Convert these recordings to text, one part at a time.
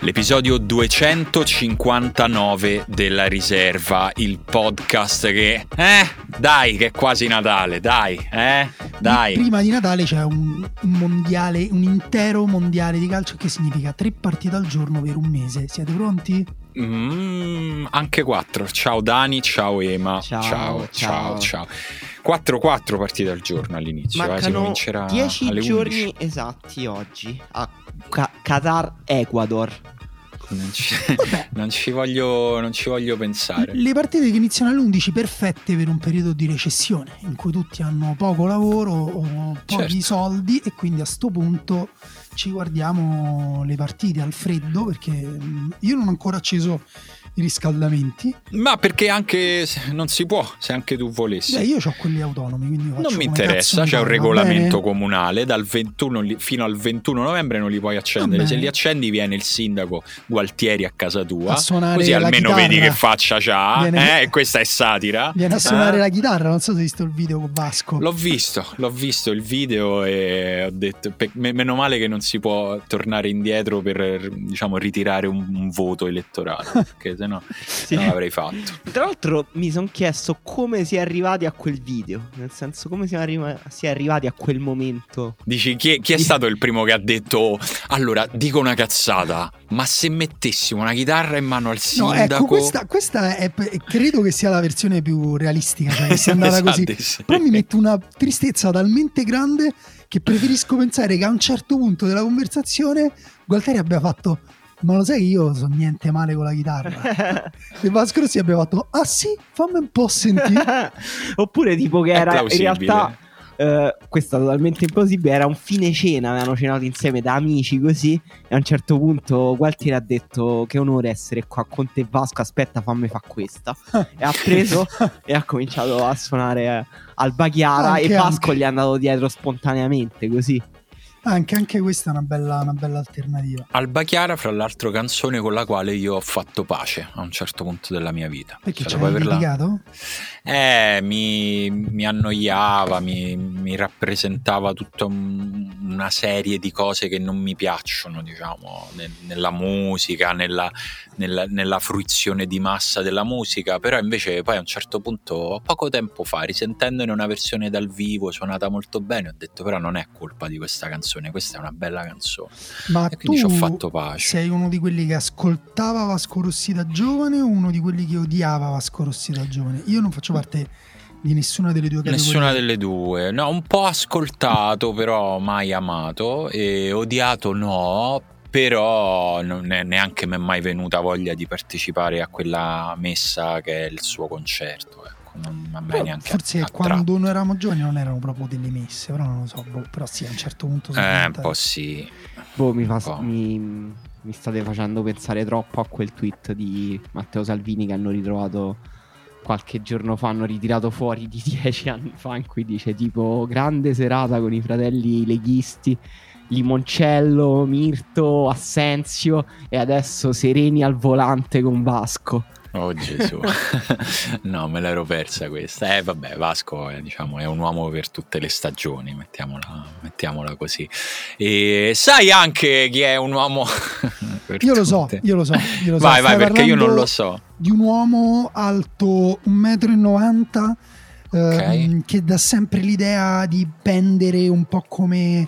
L'episodio 259 della riserva, il podcast che dai, che è quasi Natale, dai. Prima di Natale c'è un mondiale, un intero mondiale di calcio, che significa 3 partite al giorno per un mese. Siete pronti? Anche 4. Ciao Dani, ciao Ema. Ciao. 4 partite al giorno all'inizio. Si comincerà 10 alle giorni 11. esatti oggi a Qatar-Ecuador. Non ci voglio pensare. Le partite che iniziano alle 11 perfette per un periodo di recessione in cui tutti hanno poco lavoro o pochi soldi, e quindi a sto punto ci guardiamo le partite al freddo, perché io non ho ancora acceso i riscaldamenti. Ma perché anche non si può, se anche tu volessi. Io ho quelli autonomi, quindi non mi interessa, c'è un regolamento comunale, dal 21 fino al 21 novembre non li puoi accendere. Se li accendi viene il sindaco Gualtieri a casa tua, così almeno vedi che faccia c'ha. E questa è satira. Viene a suonare la chitarra. Non so se hai visto il video con Vasco. L'ho visto il video e ho detto meno male che non si può tornare indietro per, diciamo, ritirare un voto elettorale, perché sennò non l'avrei fatto. Tra l'altro mi sono chiesto come si è arrivati a quel video, nel senso come si è arrivati a quel momento. Dici chi è stato il primo che ha detto allora dico una cazzata, ma se mettessimo una chitarra in mano al sindaco? No, ecco, questa è, credo che sia la versione più realistica, cioè che sia andata così. Sì. Però mi mette una tristezza talmente grande che preferisco pensare che a un certo punto della conversazione Gualtieri abbia fatto: ma lo sai che io so niente male con la chitarra? E Vasco Rossi abbia fatto: ah sì? Fammi un po' sentire. Oppure tipo che era in realtà questo è totalmente implausibile, era un fine cena, avevano cenato insieme da amici così, e a un certo punto Gualtieri ha detto: che onore essere qua con te Vasco, aspetta fammi fa questa. E ha preso e ha cominciato a suonare al Baghiara, e Vasco gli è andato dietro spontaneamente così. Anche questa è una bella alternativa. Alba Chiara, fra l'altro, canzone con la quale io ho fatto pace a un certo punto della mia vita. Perché ci hai litigato? Mi annoiava, mi rappresentava tutta una serie di cose che non mi piacciono, diciamo, nella musica, nella fruizione di massa della musica. Però invece poi a un certo punto, poco tempo fa, risentendone una versione dal vivo suonata molto bene, ho detto però non è colpa di questa canzone, questa è una bella canzone. Ma e quindi ci ho fatto pace. Sei uno di quelli che ascoltava Vasco Rossi da giovane o uno di quelli che odiava Vasco Rossi da giovane? Io non faccio parte di nessuna delle due categorie. Nessuna delle due. No, un po' ascoltato, però mai amato, e odiato no. Però non è neanche mi è mai venuta voglia di partecipare a quella messa che è il suo concerto, ecco. Non a me neanche forse quando noi eravamo giovani non erano proprio delle messe, però non lo so, però sì, a un certo punto un po' sì. Mi state facendo pensare troppo a quel tweet di Matteo Salvini che hanno ritrovato qualche giorno fa, hanno ritirato fuori di 10 anni fa, in cui dice tipo: grande serata con i fratelli leghisti, Limoncello, Mirto, Assenzio, e adesso sereni al volante con Vasco. Oh Gesù. No, me l'ero persa questa. Vabbè, Vasco diciamo è un uomo per tutte le stagioni, mettiamola così. E sai anche chi è un uomo per io lo so. Vai, perché io non lo so. Di un uomo alto 1,90 m, che dà sempre l'idea di pendere un po' come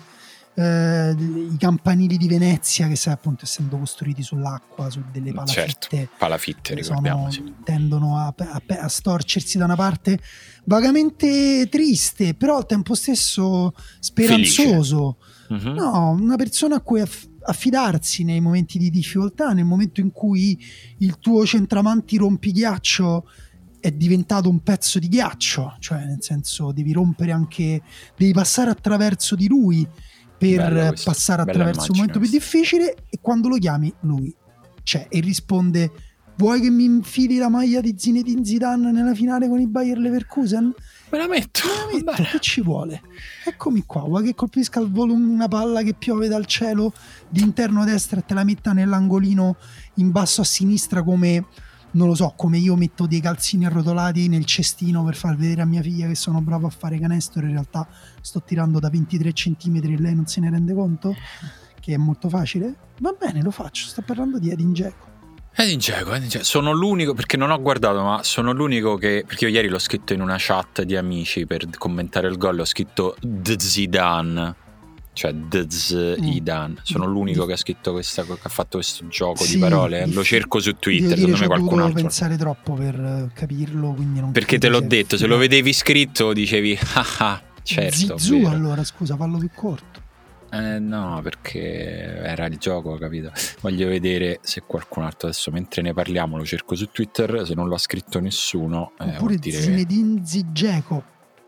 i campanili di Venezia, che sai, appunto, essendo costruiti sull'acqua, su delle palafitte, ricordiamo, tendono a storcersi da una parte, vagamente triste, però al tempo stesso speranzoso. No, una persona a cui affidarsi nei momenti di difficoltà, nel momento in cui il tuo centravanti rompighiaccio è diventato un pezzo di ghiaccio, cioè nel senso devi passare attraverso di lui per passare attraverso un momento più difficile, e quando lo chiami lui c'è e risponde: vuoi che mi infili la maglia di Zinedine Zidane nella finale con il Bayer Leverkusen? Me la metto. Che ci vuole? Eccomi qua, vuoi che colpisca al volo una palla che piove dal cielo di interno a destra e te la metta nell'angolino in basso a sinistra, come non lo so, come io metto dei calzini arrotolati nel cestino per far vedere a mia figlia che sono bravo a fare canestro, in realtà sto tirando da 23 centimetri e lei non se ne rende conto? che è molto facile? Va bene, lo faccio, sto parlando di Edin Dzeko. Edin Dzeko, sono l'unico, perché non ho guardato, ma sono l'unico che, perché io ieri l'ho scritto in una chat di amici per commentare il gol, ho scritto Zidane, cioè Zidane, sono l'unico che ha scritto questa, che ha fatto questo gioco di parole, lo cerco su Twitter, secondo me qualcun altro. Devo pensare troppo per capirlo, quindi non, perché te l'ho detto, se lo vedevi scritto dicevi certo. Zizou, allora scusa, fallo più corto. No, perché era il gioco, capito? Voglio vedere se qualcun altro, adesso mentre ne parliamo lo cerco su Twitter, se non l'ha scritto nessuno. Oppure Zinedine Dzeko.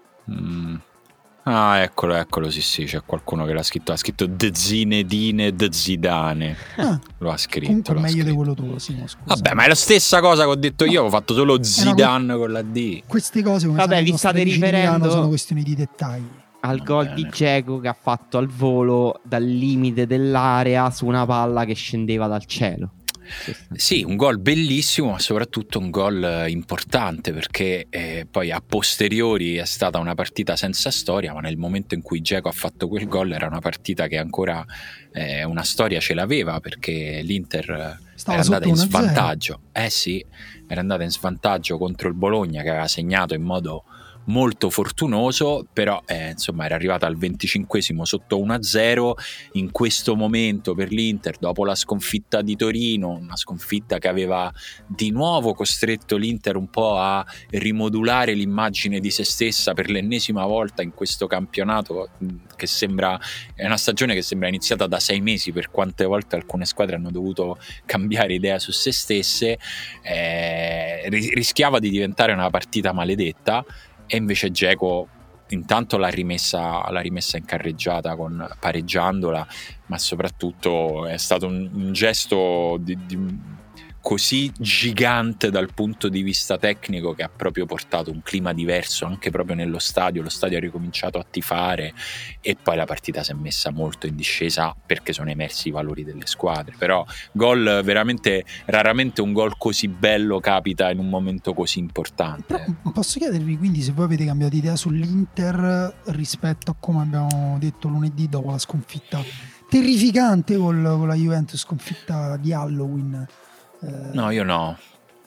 Ah, eccolo, sì, c'è qualcuno che l'ha scritto, ha scritto Zinedine Zidane. Lo ha scritto. Comunque meglio di quello tuo, Simo, scusa. Vabbè, ma è la stessa cosa che ho detto io, ho fatto solo Zidane con la D. Queste cose, come vabbè, vi state riferendo, sono questioni di dettagli. Al gol di Dzeko che ha fatto al volo dal limite dell'area su una palla che scendeva dal cielo. Sì, un gol bellissimo, ma soprattutto un gol importante, perché poi a posteriori è stata una partita senza storia, ma nel momento in cui Dzeko ha fatto quel gol era una partita che ancora una storia ce l'aveva, perché l'Inter era andata in svantaggio. Sì, era andata in svantaggio contro il Bologna, che aveva segnato in modo molto fortunoso, però insomma era arrivata al 25esimo sotto 1-0. In questo momento per l'Inter, dopo la sconfitta di Torino, una sconfitta che aveva di nuovo costretto l'Inter un po' a rimodulare l'immagine di se stessa per l'ennesima volta in questo campionato, che sembra, è una stagione che sembra iniziata da 6 mesi per quante volte alcune squadre hanno dovuto cambiare idea su se stesse, rischiava di diventare una partita maledetta. E invece Dzeko intanto l'ha rimessa in carreggiata pareggiandola, ma soprattutto è stato un gesto così gigante dal punto di vista tecnico, che ha proprio portato un clima diverso anche proprio nello stadio. Lo stadio ha ricominciato a tifare e poi la partita si è messa molto in discesa, perché sono emersi i valori delle squadre. Però gol veramente, raramente un gol così bello capita in un momento così importante. Però posso chiedervi quindi se voi avete cambiato idea sull'Inter rispetto a come abbiamo detto lunedì dopo la sconfitta terrificante con la Juventus, sconfitta di Halloween. No, io no.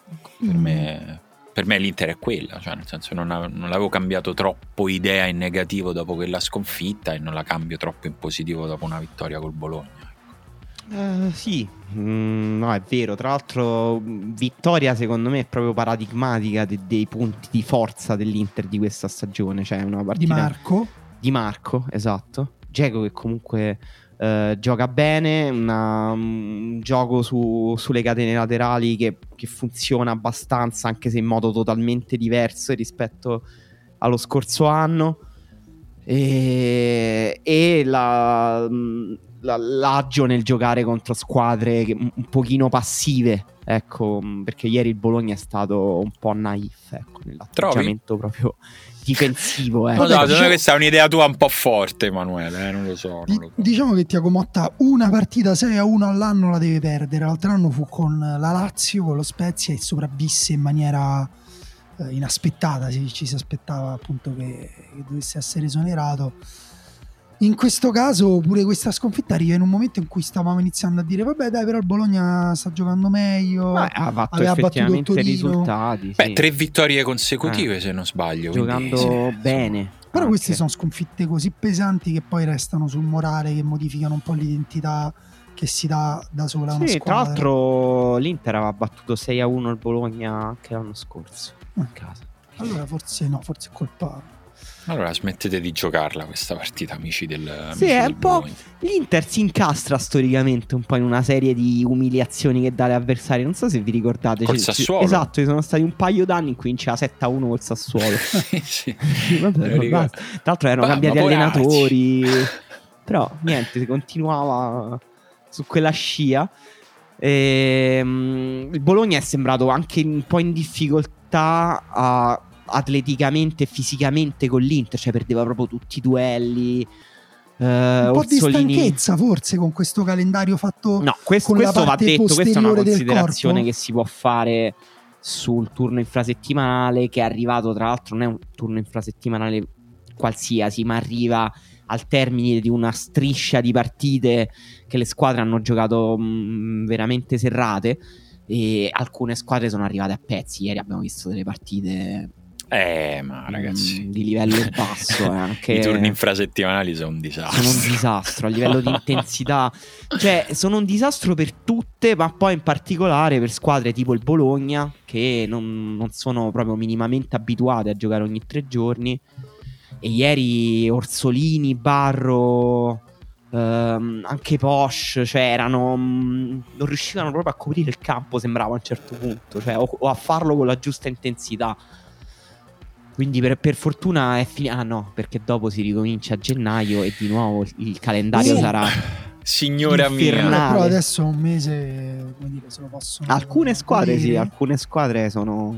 Per me l'Inter è quella, cioè nel senso non avevo cambiato troppo idea in negativo dopo quella sconfitta, e non la cambio troppo in positivo dopo una vittoria col Bologna. Sì, no, è vero. Tra l'altro vittoria secondo me è proprio paradigmatica dei punti di forza dell'Inter di questa stagione. Cioè una partita di Marco, esatto. Dzeko che comunque gioca bene, un gioco sulle catene laterali che funziona abbastanza, anche se in modo totalmente diverso rispetto allo scorso anno, e l'agio nel giocare contro squadre un pochino passive, ecco, perché ieri il Bologna è stato un po' naif, ecco, nell'atteggiamento proprio difensivo. No, questa è un'idea tua un po' forte, Emanuele, non lo so. Diciamo che Thiago Motta una partita 6-1 all'anno la deve perdere. L'altro anno fu con la Lazio, con lo Spezia, e sopravvisse in maniera inaspettata. Ci si aspettava appunto che dovesse essere esonerato. In questo caso pure questa sconfitta arriva in un momento in cui stavamo iniziando a dire vabbè dai, però il Bologna sta giocando meglio, ha fatto effettivamente risultati, sì. 3 vittorie consecutive se non sbaglio, giocando quindi, bene. Però queste sono sconfitte così pesanti che poi restano sul morale, che modificano un po' l'identità che si dà da sola una squadra. Tra l'altro l'Inter aveva battuto 6-1 il Bologna anche l'anno scorso a casa. Allora forse è colpa. Allora smettete di giocarla questa partita, amici del Sì, è un po'. Bologna. L'Inter si incastra storicamente un po' in una serie di umiliazioni che dà agli avversari. Non so se vi ricordate. Col Sassuolo. Esatto, ci sono stati un paio d'anni in cui vinceva 7-1 col Sassuolo. Sì. Vabbè, tra l'altro erano cambiati allenatori. Però niente, si continuava su quella scia. Il Bologna è sembrato anche un po' in difficoltà atleticamente e fisicamente con l'Inter, cioè perdeva proprio tutti i duelli, un po' di stanchezza forse con questo calendario fatto. No, questo va detto, questa è una considerazione che si può fare sul turno infrasettimanale, che è arrivato, tra l'altro non è un turno infrasettimanale qualsiasi, ma arriva al termine di una striscia di partite che le squadre hanno giocato veramente serrate, e alcune squadre sono arrivate a pezzi. Ieri abbiamo visto delle partite ma ragazzi, di livello basso, anche i turni infrasettimanali sono un disastro. Sono un disastro a livello di intensità, cioè sono un disastro per tutte, ma poi in particolare per squadre tipo il Bologna, che non sono proprio minimamente abituate a giocare ogni 3 giorni. E ieri Orsolini, Barro, anche Posch, cioè non riuscivano proprio a coprire il campo, sembrava a un certo punto, cioè, o a farlo con la giusta intensità. Quindi per fortuna è finito. Ah no, perché dopo si ricomincia a gennaio e di nuovo il calendario sarà signora infernale. mia. Però adesso un mese, come dire, se lo possono. Alcune squadre godere. sì, alcune squadre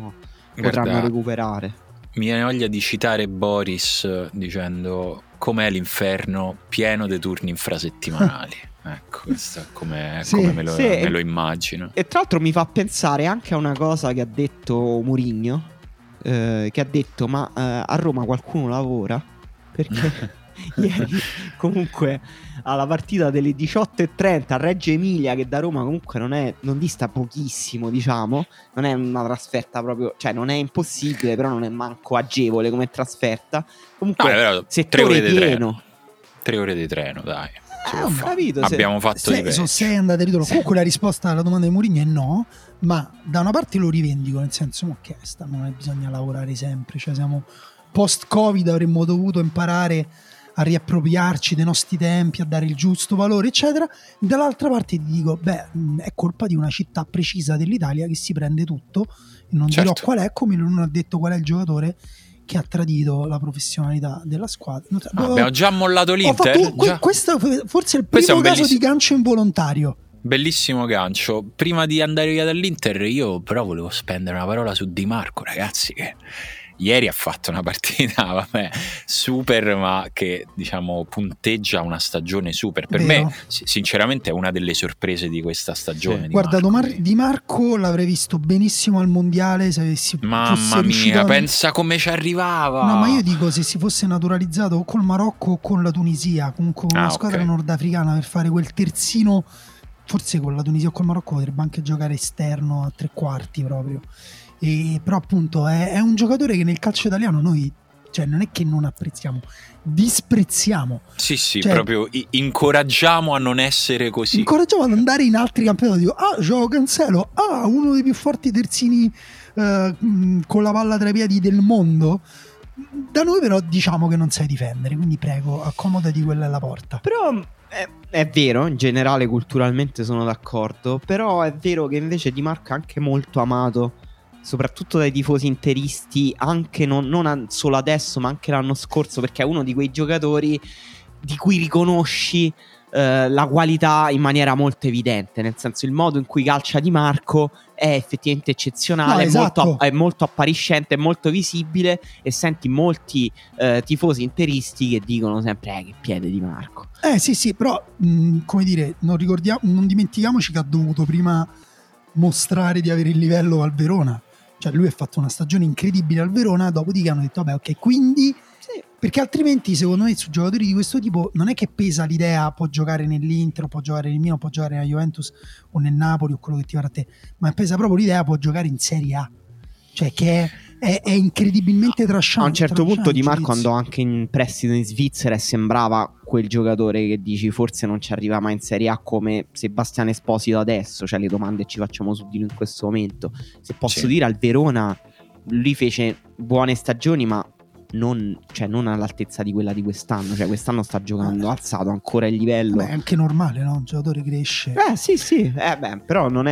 potranno recuperare. Mi viene voglia di citare Boris dicendo: com'è l'inferno pieno dei turni infrasettimanali. Ecco, questo è come me lo immagino. E tra l'altro mi fa pensare anche a una cosa che ha detto Mourinho, che ha detto: ma a Roma qualcuno lavora? Perché ieri comunque alla partita delle 18:30 a Reggio Emilia, che da Roma comunque non dista pochissimo, diciamo, non è una trasferta proprio, cioè non è impossibile, però non è manco agevole come trasferta. Comunque settore pieno. 3 ore di treno, dai. Ho capito, abbiamo fatto di peggio. Sono 6 andate e ritorno. Comunque la risposta alla domanda di Mourinho è no, ma da una parte lo rivendico, nel senso che non è bisogna lavorare sempre, cioè siamo post-Covid, avremmo dovuto imparare a riappropriarci dei nostri tempi, a dare il giusto valore, eccetera. Dall'altra parte ti dico, è colpa di una città precisa dell'Italia che si prende tutto, e non dirò qual è, come non ha detto qual è il giocatore che ha tradito la professionalità della squadra. Abbiamo già mollato l'Inter. Questo forse è il primo caso di gancio involontario. Bellissimo gancio. Prima di andare via dall'Inter, io però volevo spendere una parola su Di Marco, ragazzi, che ieri ha fatto una partita super, ma che diciamo punteggia una stagione super. Per me sinceramente è una delle sorprese di questa stagione. Sì. Guarda, Di Marco l'avrei visto benissimo al mondiale se avessi mamma mia, pensa come ci arrivava. No, ma io dico, se si fosse naturalizzato col Marocco o con la Tunisia, comunque con una squadra nordafricana, per fare quel terzino, forse con la Tunisia o col Marocco potrebbe anche giocare esterno a 3 quarti proprio. Però appunto è un giocatore che nel calcio italiano noi, cioè, non è che non apprezziamo, disprezziamo. Sì, cioè, proprio incoraggiamo a non essere così. Incoraggiamo ad andare in altri campionati. Dico, Joao Cancelo, uno dei più forti terzini con la palla tra i piedi del mondo. Da noi però diciamo che non sai difendere, quindi prego, accomodati, quella è la porta. Però è vero, in generale culturalmente sono d'accordo, però è vero che invece Di Marco è anche molto amato, soprattutto dai tifosi interisti, anche non solo adesso ma anche l'anno scorso, perché è uno di quei giocatori di cui riconosci la qualità in maniera molto evidente, nel senso, il modo in cui calcia Di Marco è effettivamente eccezionale, è molto appariscente, è molto visibile, e senti molti tifosi interisti che dicono sempre che piede Di Marco. Sì, però come dire, non dimentichiamoci che ha dovuto prima mostrare di avere il livello al Verona. Cioè lui ha fatto una stagione incredibile al Verona, dopodiché hanno detto vabbè, ok, quindi sì. Perché altrimenti secondo me su giocatori di questo tipo non è che pesa l'idea può giocare nell'Inter, o può giocare nel Milan, può giocare nella Juventus o nel Napoli o quello che ti pare a te, ma pesa proprio l'idea può giocare in Serie A, cioè che è incredibilmente trasciante. A un certo punto Di Marco andò anche in prestito in Svizzera e sembrava quel giocatore che dici forse non ci arriva mai in Serie A, come Sebastiano Esposito adesso. Cioè, le domande ci facciamo su di lui in questo momento. Se posso dire, al Verona lui fece buone stagioni, ma non all'altezza di quella di quest'anno. Cioè quest'anno sta giocando alzato ancora il livello. È anche normale, no? Un giocatore cresce. Sì. Però non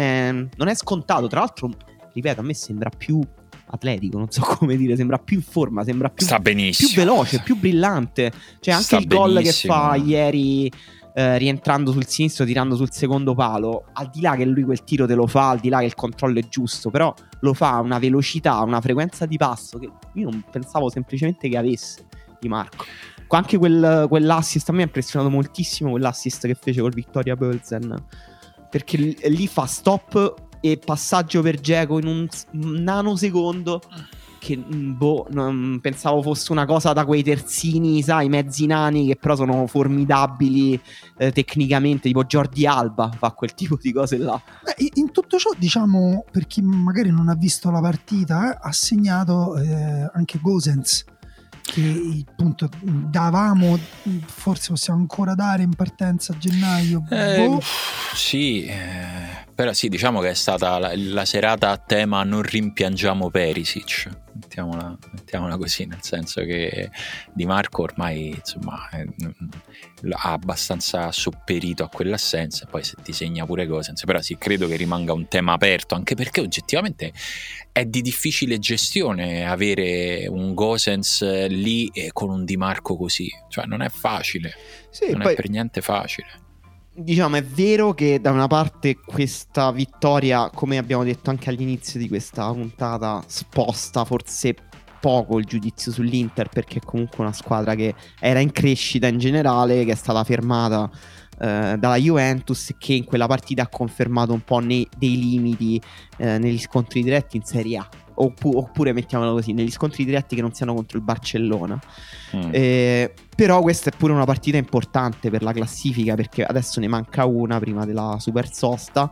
è scontato. Tra l'altro, ripeto, a me sembra più atletico, non so come dire, sembra più in forma, sembra più, sta benissimo, più veloce, più brillante. Cioè anche il gol che fa ieri rientrando sul sinistro, tirando sul secondo palo, al di là che lui quel tiro te lo fa, al di là che il controllo è giusto, però lo fa a una velocità, una frequenza di passo che io non pensavo semplicemente che avesse Di Marco. Anche quell'assist a me ha impressionato moltissimo, quell'assist che fece col Victoria Plzen, perché lì fa stop e passaggio per Dzeko in un nanosecondo che pensavo fosse una cosa da quei terzini, sai, mezzi nani che però sono formidabili tecnicamente, tipo Jordi Alba fa quel tipo di cose là. In tutto ciò, diciamo, per chi magari non ha visto la partita, ha segnato anche Gosens, che appunto davamo, forse possiamo ancora dare in partenza a gennaio. Sì, però sì, diciamo che è stata la serata a tema non rimpiangiamo Perisic, mettiamola così, nel senso che Di Marco ormai insomma ha abbastanza sopperito a quell'assenza, poi se ti segna pure Gosens, però sì, credo che rimanga un tema aperto, anche perché oggettivamente è di difficile gestione avere un Gosens lì con un Di Marco così, cioè non è facile, non è per niente facile. Diciamo, è vero che da una parte questa vittoria, come abbiamo detto anche all'inizio di questa puntata, sposta forse poco il giudizio sull'Inter, perché è comunque una squadra che era in crescita in generale, che è stata fermata dalla Juventus, che in quella partita ha confermato un po' dei limiti negli scontri diretti in Serie A, oppure mettiamolo così, negli scontri diretti che non siano contro il Barcellona. Però questa è pure una partita importante per la classifica, perché adesso ne manca una prima della super sosta,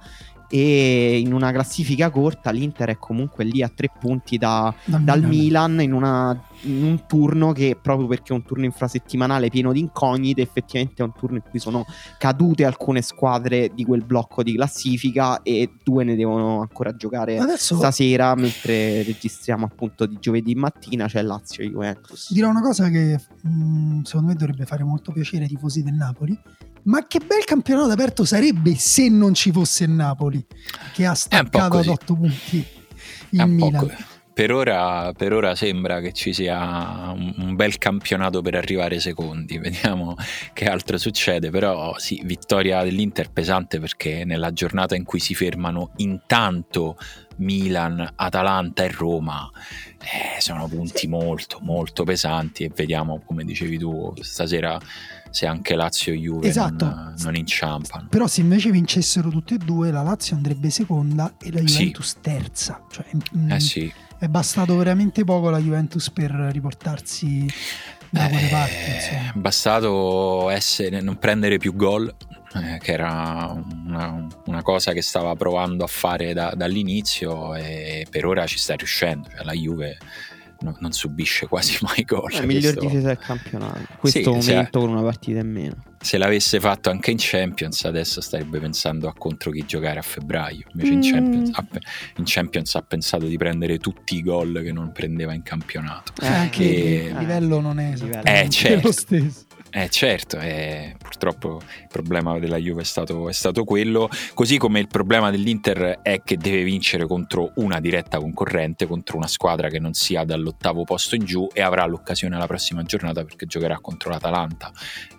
e in una classifica corta l'Inter è comunque lì a 3 punti dal Milan in un turno che, proprio perché è un turno infrasettimanale pieno di incognite, effettivamente è un turno in cui sono cadute alcune squadre di quel blocco di classifica e 2 ne devono ancora giocare adesso. Stasera, mentre registriamo appunto di giovedì mattina, c'è Lazio e Juventus. Dirò una cosa che secondo me dovrebbe fare molto piacere ai tifosi del Napoli: ma che bel campionato aperto sarebbe se non ci fosse il Napoli, che ha staccato ad 8 punti il Milan. Per ora sembra che ci sia un bel campionato per arrivare secondi, vediamo che altro succede. Però sì, vittoria dell'Inter pesante, perché nella giornata in cui si fermano intanto Milan, Atalanta e Roma sono punti molto molto pesanti, e vediamo, come dicevi tu, stasera se anche Lazio e Juve non inciampano. Però se invece vincessero tutte e due, la Lazio andrebbe seconda e la Juventus terza, cioè sì. È bastato veramente poco la Juventus per riportarsi da quelle parti, insomma. È bastato non prendere più gol, che era una cosa che stava provando a fare dall'inizio, e per ora ci sta riuscendo, cioè la Juve non subisce quasi mai gol. È il miglior difesa del campionato in questo momento, con una partita in meno. Se l'avesse fatto anche in Champions, adesso starebbe pensando a contro chi giocare a febbraio. Invece in Champions ha pensato di prendere tutti i gol che non prendeva in campionato. Anche il livello non è certo. lo stesso. Certo, purtroppo il problema della Juve è stato quello, così come il problema dell'Inter è che deve vincere contro una diretta concorrente, contro una squadra che non sia dall'8° posto in giù, e avrà l'occasione la prossima giornata perché giocherà contro l'Atalanta.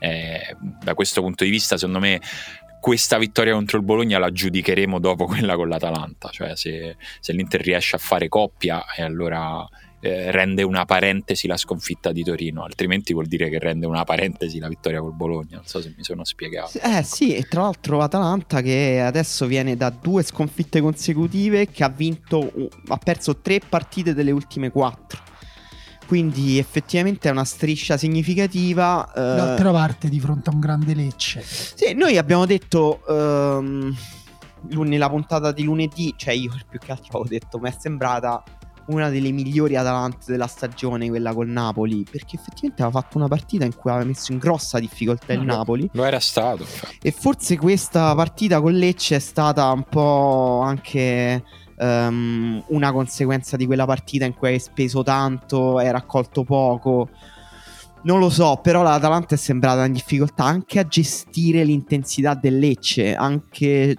Da questo punto di vista, secondo me, questa vittoria contro il Bologna la giudicheremo dopo quella con l'Atalanta, cioè se l'Inter riesce a fare coppia, e allora rende una parentesi la sconfitta di Torino, altrimenti vuol dire che rende una parentesi la vittoria col Bologna. Non so se mi sono spiegato. Sì, e tra l'altro Atalanta che adesso viene da 2 sconfitte consecutive, che ha perso 3 partite delle ultime 4, quindi effettivamente è una striscia significativa. D'altra parte, di fronte a un grande Lecce. Sì, noi abbiamo detto nella puntata di lunedì, cioè io più che altro avevo detto, mi è sembrata una delle migliori Atalante della stagione, quella col Napoli, perché effettivamente aveva fatto una partita in cui aveva messo in grossa difficoltà il Napoli. Lo era stato. E forse questa partita con Lecce è stata un po' anche una conseguenza di quella partita in cui hai speso tanto, hai raccolto poco. Non lo so, però l'Atalanta è sembrata in difficoltà anche a gestire l'intensità del Lecce, anche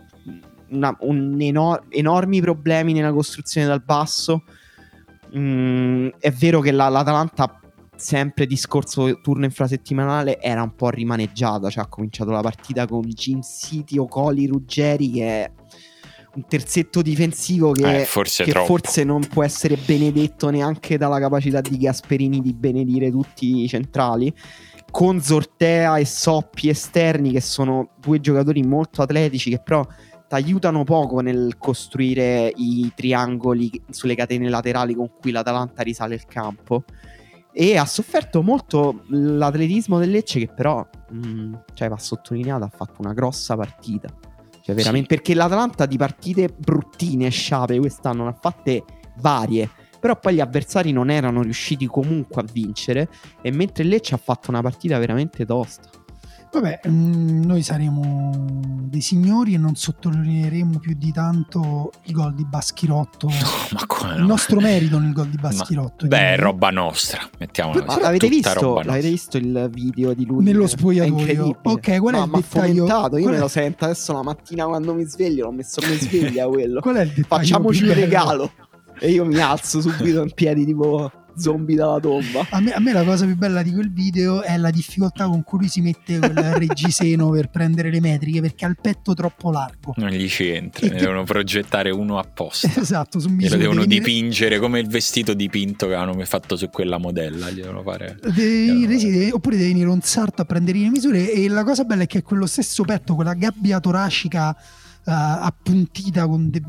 enormi problemi nella costruzione dal basso. È vero che l'Atalanta, sempre discorso turno infrasettimanale, era un po' rimaneggiata, cioè ha cominciato la partita con Jim City, Ocoli, Ruggeri, che è un terzetto difensivo che forse non può essere benedetto neanche dalla capacità di Gasperini di benedire tutti i centrali, con Zortea e Soppi esterni, che sono 2 giocatori molto atletici, che però l'Atalanta aiutano poco nel costruire i triangoli sulle catene laterali con cui l'Atalanta risale il campo, e ha sofferto molto l'atletismo del Lecce, che però cioè va sottolineato, ha fatto una grossa partita, cioè veramente, sì. Perché l'Atalanta di partite bruttine e sciape quest'anno ne ha fatte varie, però poi gli avversari non erano riusciti comunque a vincere, e mentre il Lecce ha fatto una partita veramente tosta. Vabbè, noi saremo dei signori e non sottolineeremo più di tanto il gol di Baschirotto. No, ma come no? Il nostro merito nel gol di Baschirotto. Beh, è roba nostra, mettiamola così. L'avete visto il video di lui? Nello spogliatoio. Ok, qual è il dettaglio? Io me lo sento adesso la mattina quando mi sveglio, l'ho messo come sveglia quello. Qual è il dettaglio? Facciamoci un regalo. E io mi alzo subito in piedi tipo zombie dalla tomba. A me la cosa più bella di quel video è la difficoltà con cui lui si mette quel reggiseno per prendere le metriche, perché ha il petto troppo largo. Non gli ci entra, ne devono progettare uno apposta. Esatto, su misura. Lo devono dipingere come il vestito dipinto che hanno fatto su quella modella. Gli devono fare. Oppure devi venire un sarto a prendere le misure. E la cosa bella è che quello stesso petto, quella gabbia toracica appuntita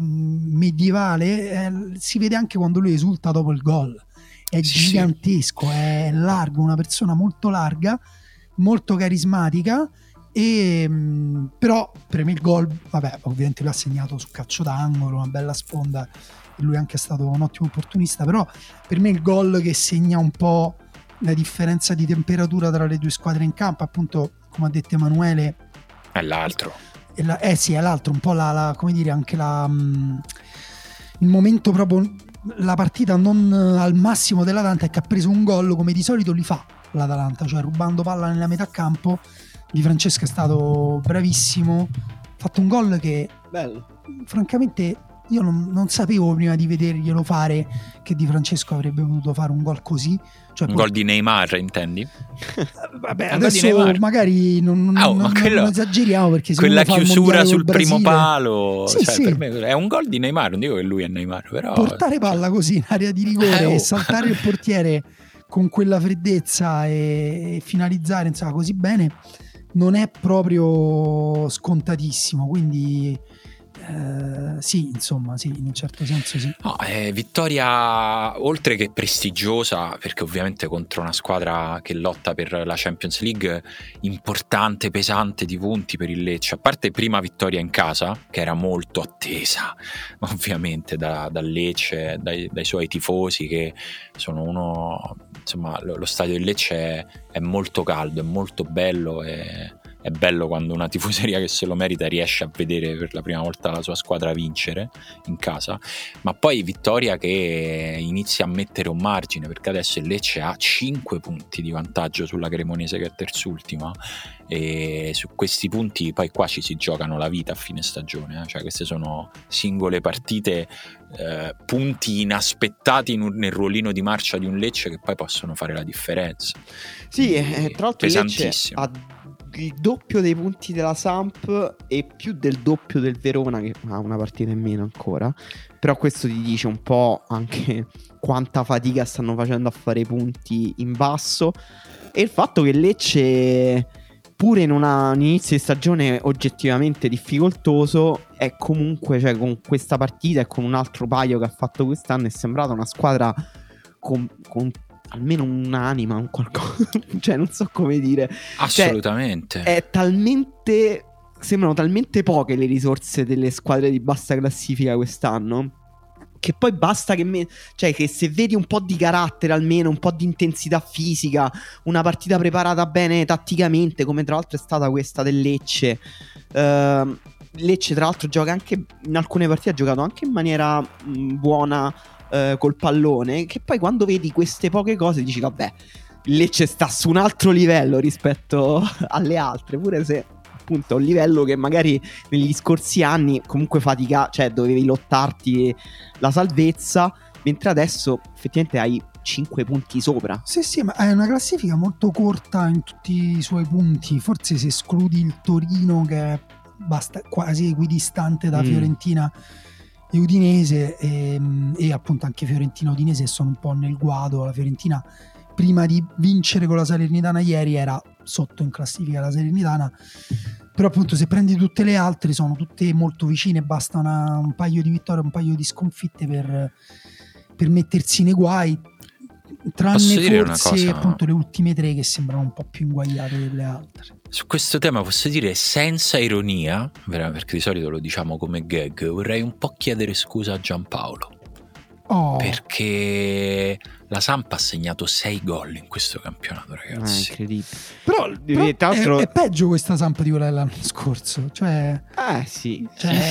medievale, si vede anche quando lui esulta dopo il gol. È gigantesco, è largo, una persona molto larga, molto carismatica, e però per me il gol, vabbè, ovviamente lui ha segnato su calcio d'angolo, una bella sponda, e lui anche è stato un ottimo opportunista, però per me il gol che segna un po' la differenza di temperatura tra le due squadre in campo, appunto, come ha detto Emanuele, è l'altro. Sì, è l'altro, un po' come dire, anche il momento proprio, la partita non al massimo dell'Atalanta, è che ha preso un gol come di solito li fa l'Atalanta, cioè rubando palla nella metà campo. Di Francesco è stato bravissimo, ha fatto un gol che bello. Francamente io non sapevo prima di vederglielo fare che Di Francesco avrebbe potuto fare un gol così, cioè un gol di Neymar, intendi? Vabbè, adesso magari non esageriamo, perché quella chiusura sul primo palo, sì, cioè, sì. Per me è un gol di Neymar, non dico che lui è Neymar, però portare palla così in area di rigore e saltare il portiere con quella freddezza e finalizzare, insomma, così bene non è proprio scontatissimo, quindi sì, insomma, sì, in un certo senso sì. No, vittoria oltre che prestigiosa, perché ovviamente contro una squadra che lotta per la Champions League, importante, pesante di punti per il Lecce, a parte prima vittoria in casa che era molto attesa ovviamente dal Lecce, dai suoi tifosi, che sono insomma, lo stadio del Lecce è molto caldo, è molto bello, e è bello quando una tifoseria che se lo merita riesce a vedere per la prima volta la sua squadra vincere in casa. Ma poi vittoria che inizia a mettere un margine, perché adesso il Lecce ha 5 punti di vantaggio sulla Cremonese, che è terzultima, e su questi punti poi qua ci si giocano la vita a fine stagione, cioè queste sono singole partite, punti inaspettati nel ruolino di marcia di un Lecce che poi possono fare la differenza. Sì, tra l'altro il Lecce ha il doppio dei punti della Samp e più del doppio del Verona, che ha una partita in meno ancora, però questo ti dice un po' anche quanta fatica stanno facendo a fare i punti in basso, e il fatto che Lecce, pure in un inizio di stagione oggettivamente difficoltoso, è comunque, cioè, con questa partita e con un altro paio che ha fatto quest'anno, è sembrata una squadra con almeno un'anima, un qualcosa, cioè non so come dire. Assolutamente. Cioè, sembrano talmente poche le risorse delle squadre di bassa classifica quest'anno, che poi basta cioè che se vedi un po' di carattere, almeno un po' di intensità fisica, una partita preparata bene tatticamente, come tra l'altro è stata questa del Lecce. Lecce tra l'altro gioca anche, in alcune partite ha giocato anche in maniera buona col pallone, che poi quando vedi queste poche cose dici vabbè, Lecce sta su un altro livello rispetto alle altre, pure se appunto è un livello che magari negli scorsi anni comunque cioè dovevi lottarti la salvezza, mentre adesso effettivamente hai 5 punti sopra. Sì, ma è una classifica molto corta in tutti i suoi punti, forse se escludi il Torino, che è quasi equidistante da Fiorentina e Udinese, e appunto anche Fiorentina e Udinese sono un po' nel guado. La Fiorentina prima di vincere con la Salernitana ieri era sotto in classifica la Salernitana, però appunto se prendi tutte le altre sono tutte molto vicine, basta un paio di vittorie, un paio di sconfitte per mettersi nei guai, tranne forse appunto le ultime 3 che sembrano un po' più inguaiate delle altre. Su questo tema posso dire senza ironia, perché di solito lo diciamo come gag, vorrei un po' chiedere scusa a Giampaolo. Perché la Samp ha segnato 6 gol in questo campionato, ragazzi. Incredibile. Però è peggio questa Samp di quella dell'anno scorso. Cioè, sì,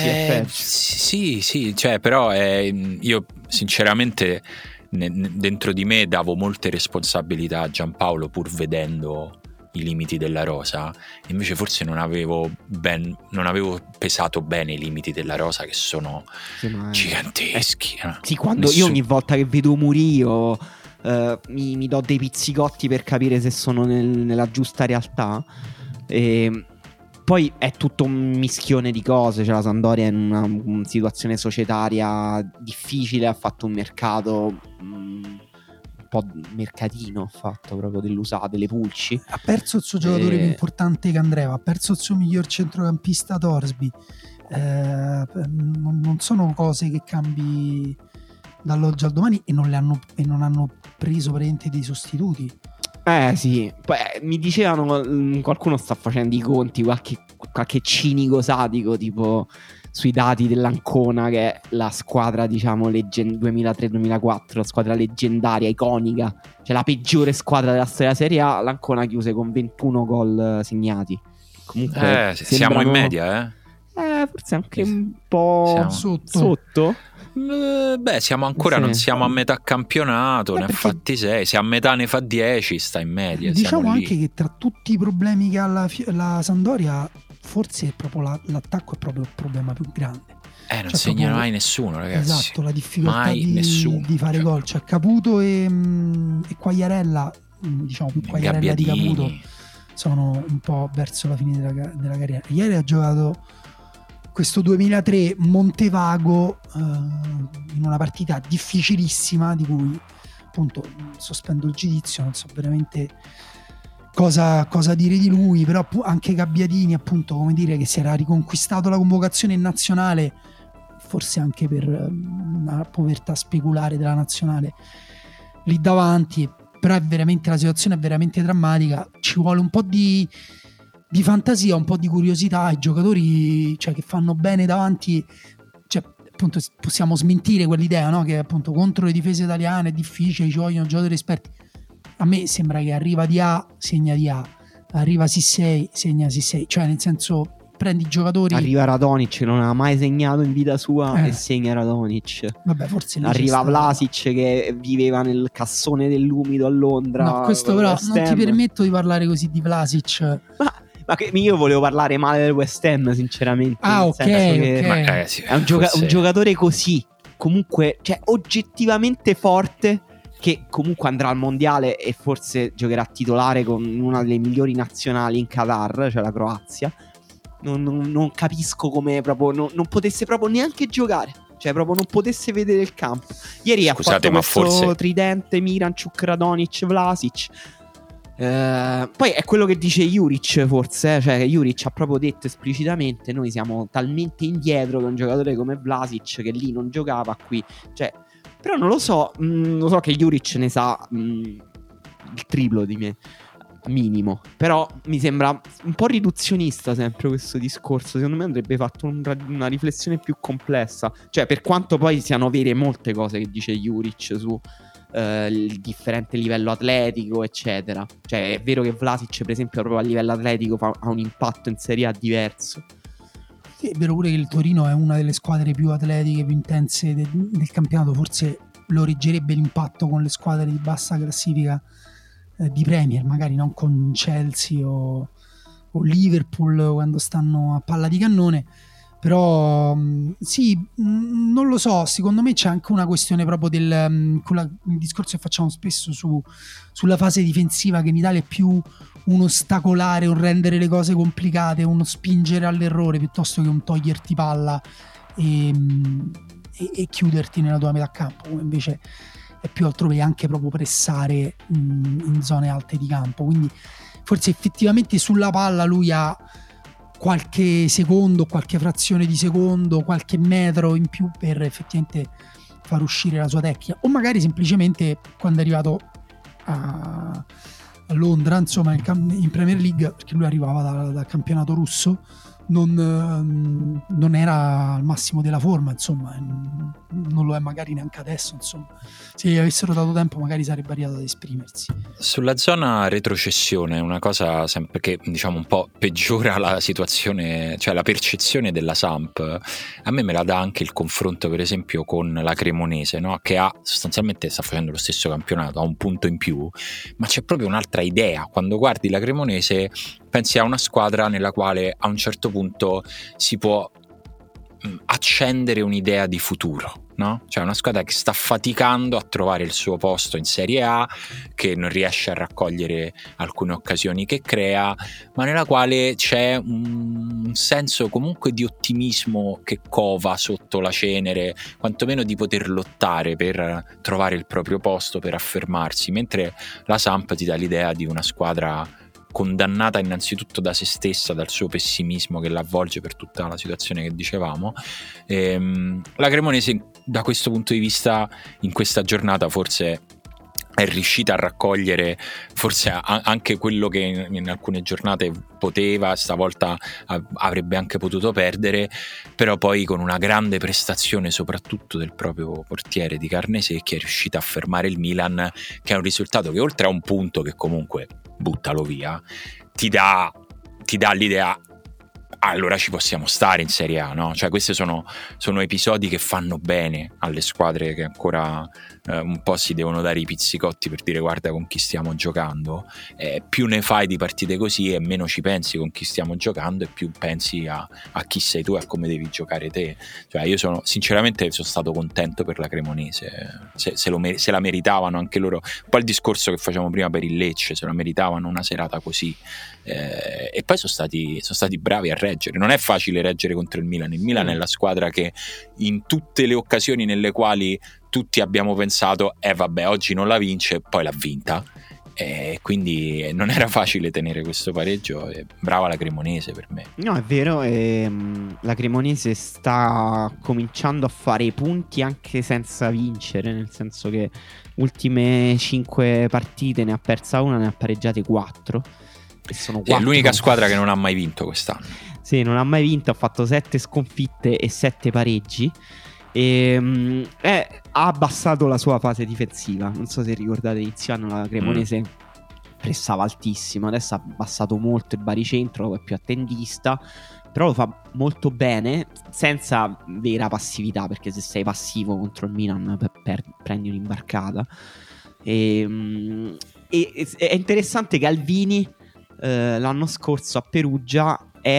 cioè, però io sinceramente dentro di me davo molte responsabilità a Giampaolo pur vedendo i limiti della rosa, invece forse non avevo pesato bene i limiti della rosa, che sono giganteschi. Sì, quando io ogni volta che vedo Murillo mi do dei pizzicotti per capire se sono nella giusta realtà, e poi è tutto un mischione di cose. Cioè la Sampdoria è in una situazione societaria difficile, ha fatto un mercato un po' mercatino, ha fatto proprio dell'usato, delle pulci. Ha perso il suo giocatore più importante Candreva, ha perso il suo miglior centrocampista Torsby. Non sono cose che cambi dall'oggi al domani, e non hanno preso praticamente dei sostituti. Sì, poi mi dicevano, qualcuno sta facendo i conti, qualche cinico sadico tipo sui dati dell'Ancona, che è la squadra, diciamo, 2003-2004, la squadra leggendaria, iconica, cioè la peggiore squadra della storia della Serie A. L'Ancona chiuse con 21 gol segnati. Comunque siamo in media, forse anche un po' sotto. Siamo ancora, non siamo a metà campionato, ne ha fatti 6, se a metà ne fa 10 sta in media. Diciamo anche che tra tutti i problemi che ha la Sampdoria, forse è proprio l'attacco è proprio il problema più grande. Non segna mai nessuno, ragazzi. Esatto, la difficoltà di fare gol. Cioè Caputo e Quagliarella, diciamo più Quagliarella di Caputo, sono un po' verso la fine della carriera. Ieri ha giocato questo 2003 Montevago in una partita difficilissima, di cui appunto sospendo il giudizio, non so veramente cosa dire di lui. Però anche Gabbiadini, appunto, come dire, che si era riconquistato la convocazione in nazionale, forse anche per una povertà speculare della nazionale lì davanti. Però la situazione è veramente drammatica, ci vuole un po' di fantasia, un po' di curiosità. I giocatori, cioè, che fanno bene davanti, cioè, appunto, possiamo smentire quell'idea, no? Che appunto contro le difese italiane è difficile, ci vogliono giocatori esperti. A me sembra che arriva di A, segna di A, arriva Sissei, segna Sissei, cioè nel senso, prendi i giocatori. Arriva Radonic, non ha mai segnato in vita sua, e segna Radonic. Vabbè, forse arriva Vlasic che viveva nel cassone dell'umido a Londra. No, questo però non ti permetto di parlare così di Vlasic. Ma io volevo parlare male del West Ham, sinceramente. Ok. È un giocatore così, comunque, cioè oggettivamente forte, che comunque andrà al mondiale e forse giocherà titolare con una delle migliori nazionali in Qatar, cioè la Croazia. Non capisco come proprio non potesse proprio neanche giocare, cioè proprio non potesse vedere il campo. Ieri ha fatto questo tridente Miranchuk, Radonic, Vlasic. Poi è quello che dice Juric, forse, cioè Juric ha proprio detto esplicitamente: noi siamo talmente indietro che un giocatore come Vlasic, che lì non giocava, qui, cioè. Però non lo so, che Juric ne sa il triplo di me, minimo. Però mi sembra un po' riduzionista sempre questo discorso. Secondo me andrebbe fatto una riflessione più complessa. Cioè, per quanto poi siano vere molte cose che dice Juric su il differente livello atletico, eccetera. Cioè, è vero che Vlasic, per esempio, proprio a livello atletico ha un impatto in Serie A diverso. Sì, è vero pure che il Torino è una delle squadre più atletiche, più intense del campionato. Forse lo reggerebbe l'impatto con le squadre di bassa classifica di Premier, magari non con Chelsea o Liverpool quando stanno a palla di cannone. Però sì, non lo so, secondo me c'è anche una questione proprio il discorso che facciamo spesso sulla fase difensiva, che in Italia è più un ostacolare, un rendere le cose complicate, uno spingere all'errore piuttosto che un toglierti palla e chiuderti nella tua metà campo. Invece è più altrove, anche proprio pressare in zone alte di campo. Quindi forse effettivamente sulla palla lui ha qualche secondo, qualche frazione di secondo, qualche metro in più per effettivamente far uscire la sua tecnica, o magari semplicemente quando è arrivato a Londra, insomma in Premier League, perché lui arrivava dal campionato russo, non era al massimo della forma, insomma, non lo è magari neanche adesso, insomma. Se gli avessero dato tempo magari sarebbe arrivato ad esprimersi. Sulla zona retrocessione, una cosa sempre che diciamo un po' peggiora la situazione, cioè la percezione della Samp, a me la dà anche il confronto per esempio con la Cremonese, no? Che sostanzialmente sta facendo lo stesso campionato, ha un punto in più, ma c'è proprio un'altra idea. Quando guardi la Cremonese pensi a una squadra nella quale a un certo punto si può accendere un'idea di futuro, no? Cioè una squadra che sta faticando a trovare il suo posto in Serie A, che non riesce a raccogliere alcune occasioni che crea, ma nella quale c'è un senso comunque di ottimismo che cova sotto la cenere, quantomeno di poter lottare per trovare il proprio posto, per affermarsi, mentre la Samp ti dà l'idea di una squadra condannata innanzitutto da se stessa, dal suo pessimismo che l'avvolge per tutta la situazione che dicevamo. La Cremonese da questo punto di vista in questa giornata forse è riuscita a raccogliere forse anche quello che in alcune giornate poteva, stavolta avrebbe anche potuto perdere, però poi con una grande prestazione soprattutto del proprio portiere di carne secchia è riuscita a fermare il Milan, che è un risultato che oltre a un punto che comunque buttalo via, ti dà l'idea allora ci possiamo stare in Serie A, no? Cioè questi sono episodi che fanno bene alle squadre che ancora un po' si devono dare i pizzicotti per dire guarda con chi stiamo giocando. Più ne fai di partite così e meno ci pensi con chi stiamo giocando e più pensi a chi sei tu e a come devi giocare te. Cioè io sinceramente sono stato contento per la Cremonese, se la meritavano anche loro, un po' il discorso che facevamo prima per il Lecce, se la meritavano una serata così. E poi sono stati bravi a reggere. Non è facile reggere contro il Milan. Il Milan è la squadra che in tutte le occasioni nelle quali tutti abbiamo pensato vabbè oggi non la vince, poi l'ha vinta, quindi non era facile tenere questo pareggio. Brava la Cremonese per me. No, è vero, la Cremonese sta cominciando a fare i punti anche senza vincere, nel senso che ultime 5 partite ne ha persa una, ne ha pareggiate 4. È l'unica squadra che non ha mai vinto quest'anno. Sì, non ha mai vinto, ha fatto 7 sconfitte e 7 pareggi. Ha abbassato la sua fase difensiva. Non so se ricordate, inizio anno la Cremonese pressava altissimo, adesso ha abbassato molto il baricentro, è più attendista, però lo fa molto bene senza vera passività, perché se sei passivo contro il Milan prendi un'imbarcata. È interessante che Alvini l'anno scorso a Perugia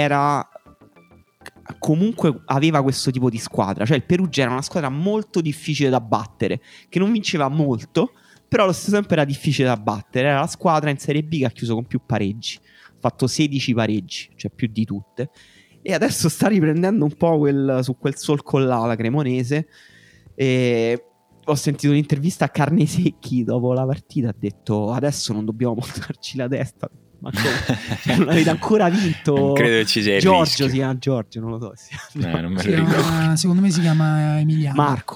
comunque aveva questo tipo di squadra, cioè il Perugia era una squadra molto difficile da battere, che non vinceva molto, però allo stesso tempo era difficile da battere. Era la squadra in Serie B che ha chiuso con più pareggi, ha fatto 16 pareggi, cioè più di tutte, e adesso sta riprendendo un po' su quel solco là la Cremonese. E ho sentito un'intervista a Carnesecchi dopo la partita, ha detto adesso non dobbiamo montarci la testa, ma non avete ancora vinto. Non credo che ci sia Giorgio, si chiama Giorgio, non lo so. Non me lo ricordo. Secondo me si chiama Emiliano. Marco,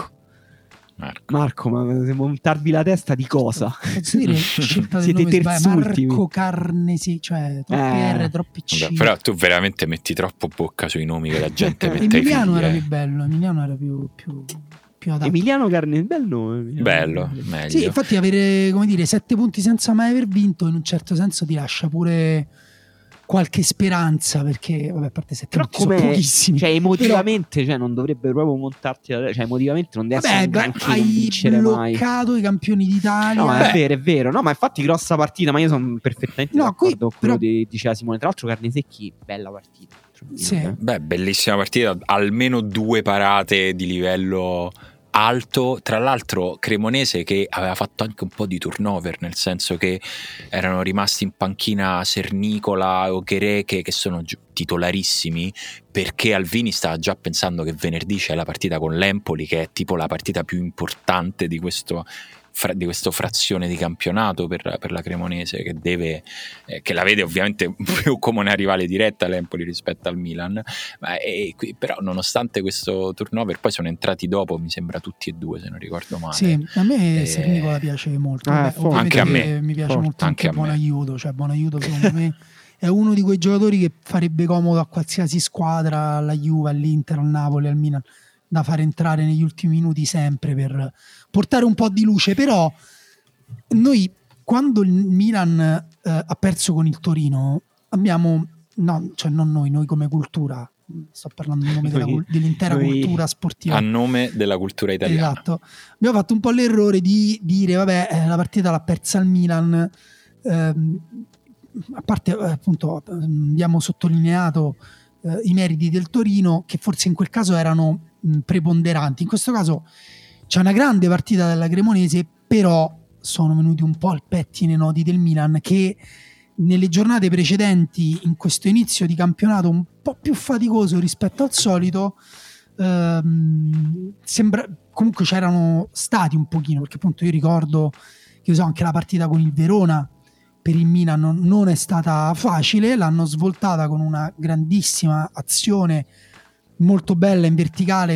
ma se montarvi la testa di cosa? Posso dire scelta del siete terzultimi. Marco Carnesi, cioè troppi R, troppi C. Vabbè, però tu veramente metti troppo bocca sui nomi che la gente mette. Emiliano era più bello, Emiliano era più adatto. Emiliano Carne, bello, meglio. Sì, infatti avere, come dire, 7 punti senza mai aver vinto in un certo senso ti lascia pure qualche speranza, perché vabbè, a parte 7 punti sono pochissimi, cioè emotivamente, cioè non dovrebbe proprio montarti, cioè emotivamente non deve essere anche hai bloccato i campioni d'Italia. No, è vero, no, ma infatti grossa partita, ma io sono perfettamente d'accordo con quello che diceva Simone. Tra l'altro Carnesecchi, bella partita. Sì. Beh, bellissima partita, almeno 2 parate di livello alto. Tra l'altro Cremonese che aveva fatto anche un po' di turnover, nel senso che erano rimasti in panchina Sernicola o Gherè, che sono titolarissimi, perché Alvini stava già pensando che venerdì c'è la partita con l'Empoli, che è tipo la partita più importante di questo di questa frazione di campionato per la Cremonese, che deve che la vede ovviamente più come una rivale diretta l'Empoli rispetto al Milan, però nonostante questo turnover poi sono entrati dopo, mi sembra tutti e due, se non ricordo male. Sì, a me Sernicola piace molto. Anche a me mi piace molto anche Buonaiuto, cioè Buonaiuto secondo me è uno di quei giocatori che farebbe comodo a qualsiasi squadra, alla Juve, all'Inter, al Napoli, al Milan, da fare entrare negli ultimi minuti sempre per portare un po' di luce. Però noi, quando il Milan ha perso con il Torino, abbiamo, cioè non noi come cultura, sto parlando in nome dell'intera cultura sportiva, a nome della cultura italiana, esatto, abbiamo fatto un po' l'errore di dire vabbè, la partita l'ha persa il Milan, a parte appunto abbiamo sottolineato i meriti del Torino, che forse in quel caso erano preponderanti. In questo caso c'è una grande partita della Cremonese, però sono venuti un po' al pettine i nodi del Milan, che nelle giornate precedenti, in questo inizio di campionato un po' più faticoso rispetto al solito, sembra comunque c'erano stati un pochino, perché appunto io ricordo che anche la partita con il Verona per il Milan non è stata facile, l'hanno svoltata con una grandissima azione molto bella in verticale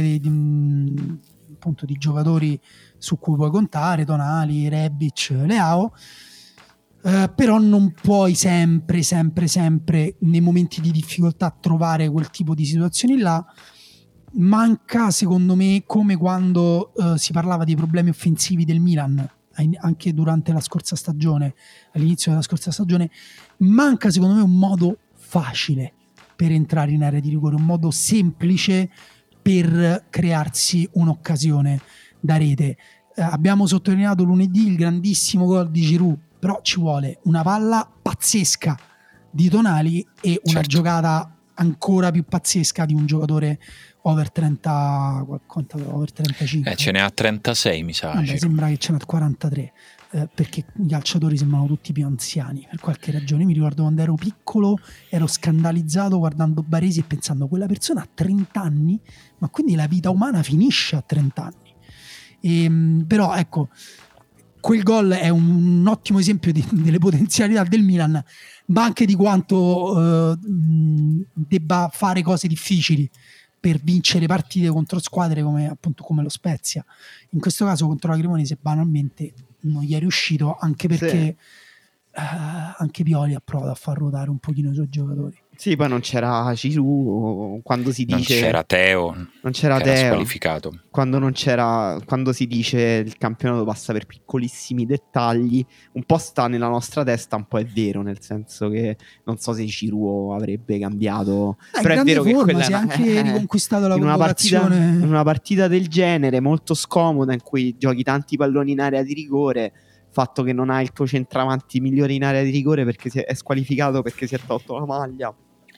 appunto di giocatori su cui puoi contare, Tonali, Rebic, Leao, però non puoi sempre nei momenti di difficoltà trovare quel tipo di situazioni là. Manca secondo me, come quando si parlava dei problemi offensivi del Milan anche durante la scorsa stagione, all'inizio della scorsa stagione, manca secondo me un modo facile per entrare in area di rigore, un modo semplice per crearsi un'occasione da rete. Abbiamo sottolineato lunedì il grandissimo gol di Giroud, però ci vuole una palla pazzesca di Tonali e una giocata ancora più pazzesca di un giocatore over 30, over 35. Ce ne ha 36 mi sa. Sembra che ce ne ha 43, perché i calciatori sembrano tutti più anziani per qualche ragione. Mi ricordo quando ero piccolo ero scandalizzato guardando Baresi e pensando quella persona ha 30 anni, ma quindi la vita umana finisce a 30 anni. Però ecco, quel gol è un ottimo esempio delle potenzialità del Milan, ma anche di quanto debba fare cose difficili per vincere partite contro squadre come lo Spezia. In questo caso contro la Cremonese banalmente non gli è riuscito, anche perché anche Pioli ha provato a far ruotare un pochino i suoi giocatori. Sì, poi non c'era Giroud, quando si dice non c'era Teo squalificato. Quando si dice il campionato passa per piccolissimi dettagli, un po' sta nella nostra testa, un po' è vero, nel senso che non so se Giroud avrebbe cambiato, però è vero che quella si è anche riconquistato la convocazione in una partita del genere molto scomoda, in cui giochi tanti palloni in area di rigore, fatto che non hai il tuo centravanti migliore in area di rigore perché è squalificato, perché si è tolto la maglia,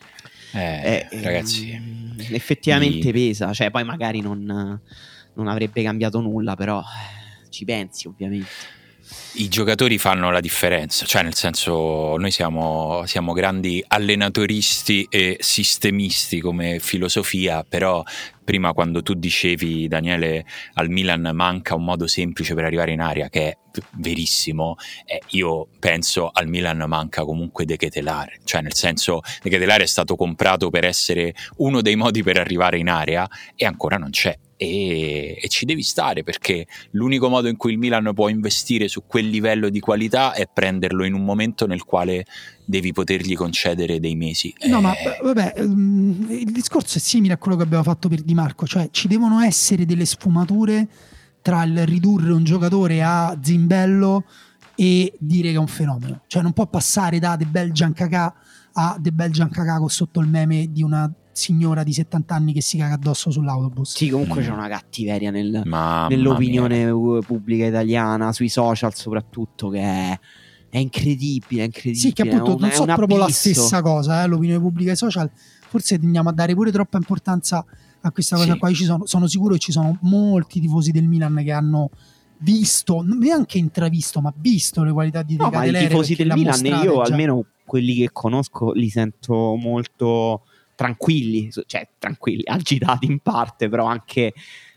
ragazzi, effettivamente pesa. Cioè poi magari non avrebbe cambiato nulla, però ci pensi ovviamente. I giocatori fanno la differenza, cioè nel senso, noi siamo grandi allenatoristi e sistemisti come filosofia, però prima quando tu dicevi, Daniele, al Milan manca un modo semplice per arrivare in area, che è verissimo, io penso al Milan manca comunque De Ketelaere, cioè nel senso De Ketelaere è stato comprato per essere uno dei modi per arrivare in area e ancora non c'è. E ci devi stare, perché l'unico modo in cui il Milan può investire su quel livello di qualità è prenderlo in un momento nel quale devi potergli concedere dei mesi. No, ma vabbè, il discorso è simile a quello che abbiamo fatto per Di Marco, cioè ci devono essere delle sfumature tra il ridurre un giocatore a zimbello e dire che è un fenomeno, cioè non può passare da The Belgian Kakà a The Belgian Kakà con sotto il meme di una signora di 70 anni che si caga addosso sull'autobus. Sì, comunque c'è una cattiveria nell'opinione pubblica italiana, sui social soprattutto, che è incredibile. Sì, che appunto non so proprio la stessa cosa, l'opinione pubblica e i social. Forse tendiamo a dare pure troppa importanza a questa cosa qua. Io sono sicuro che ci sono molti tifosi del Milan che hanno visto, neanche intravisto, ma visto le qualità di De Ketelaere. Ma i tifosi del Milan, io già. Almeno quelli che conosco li sento molto tranquilli, agitati in parte, però anche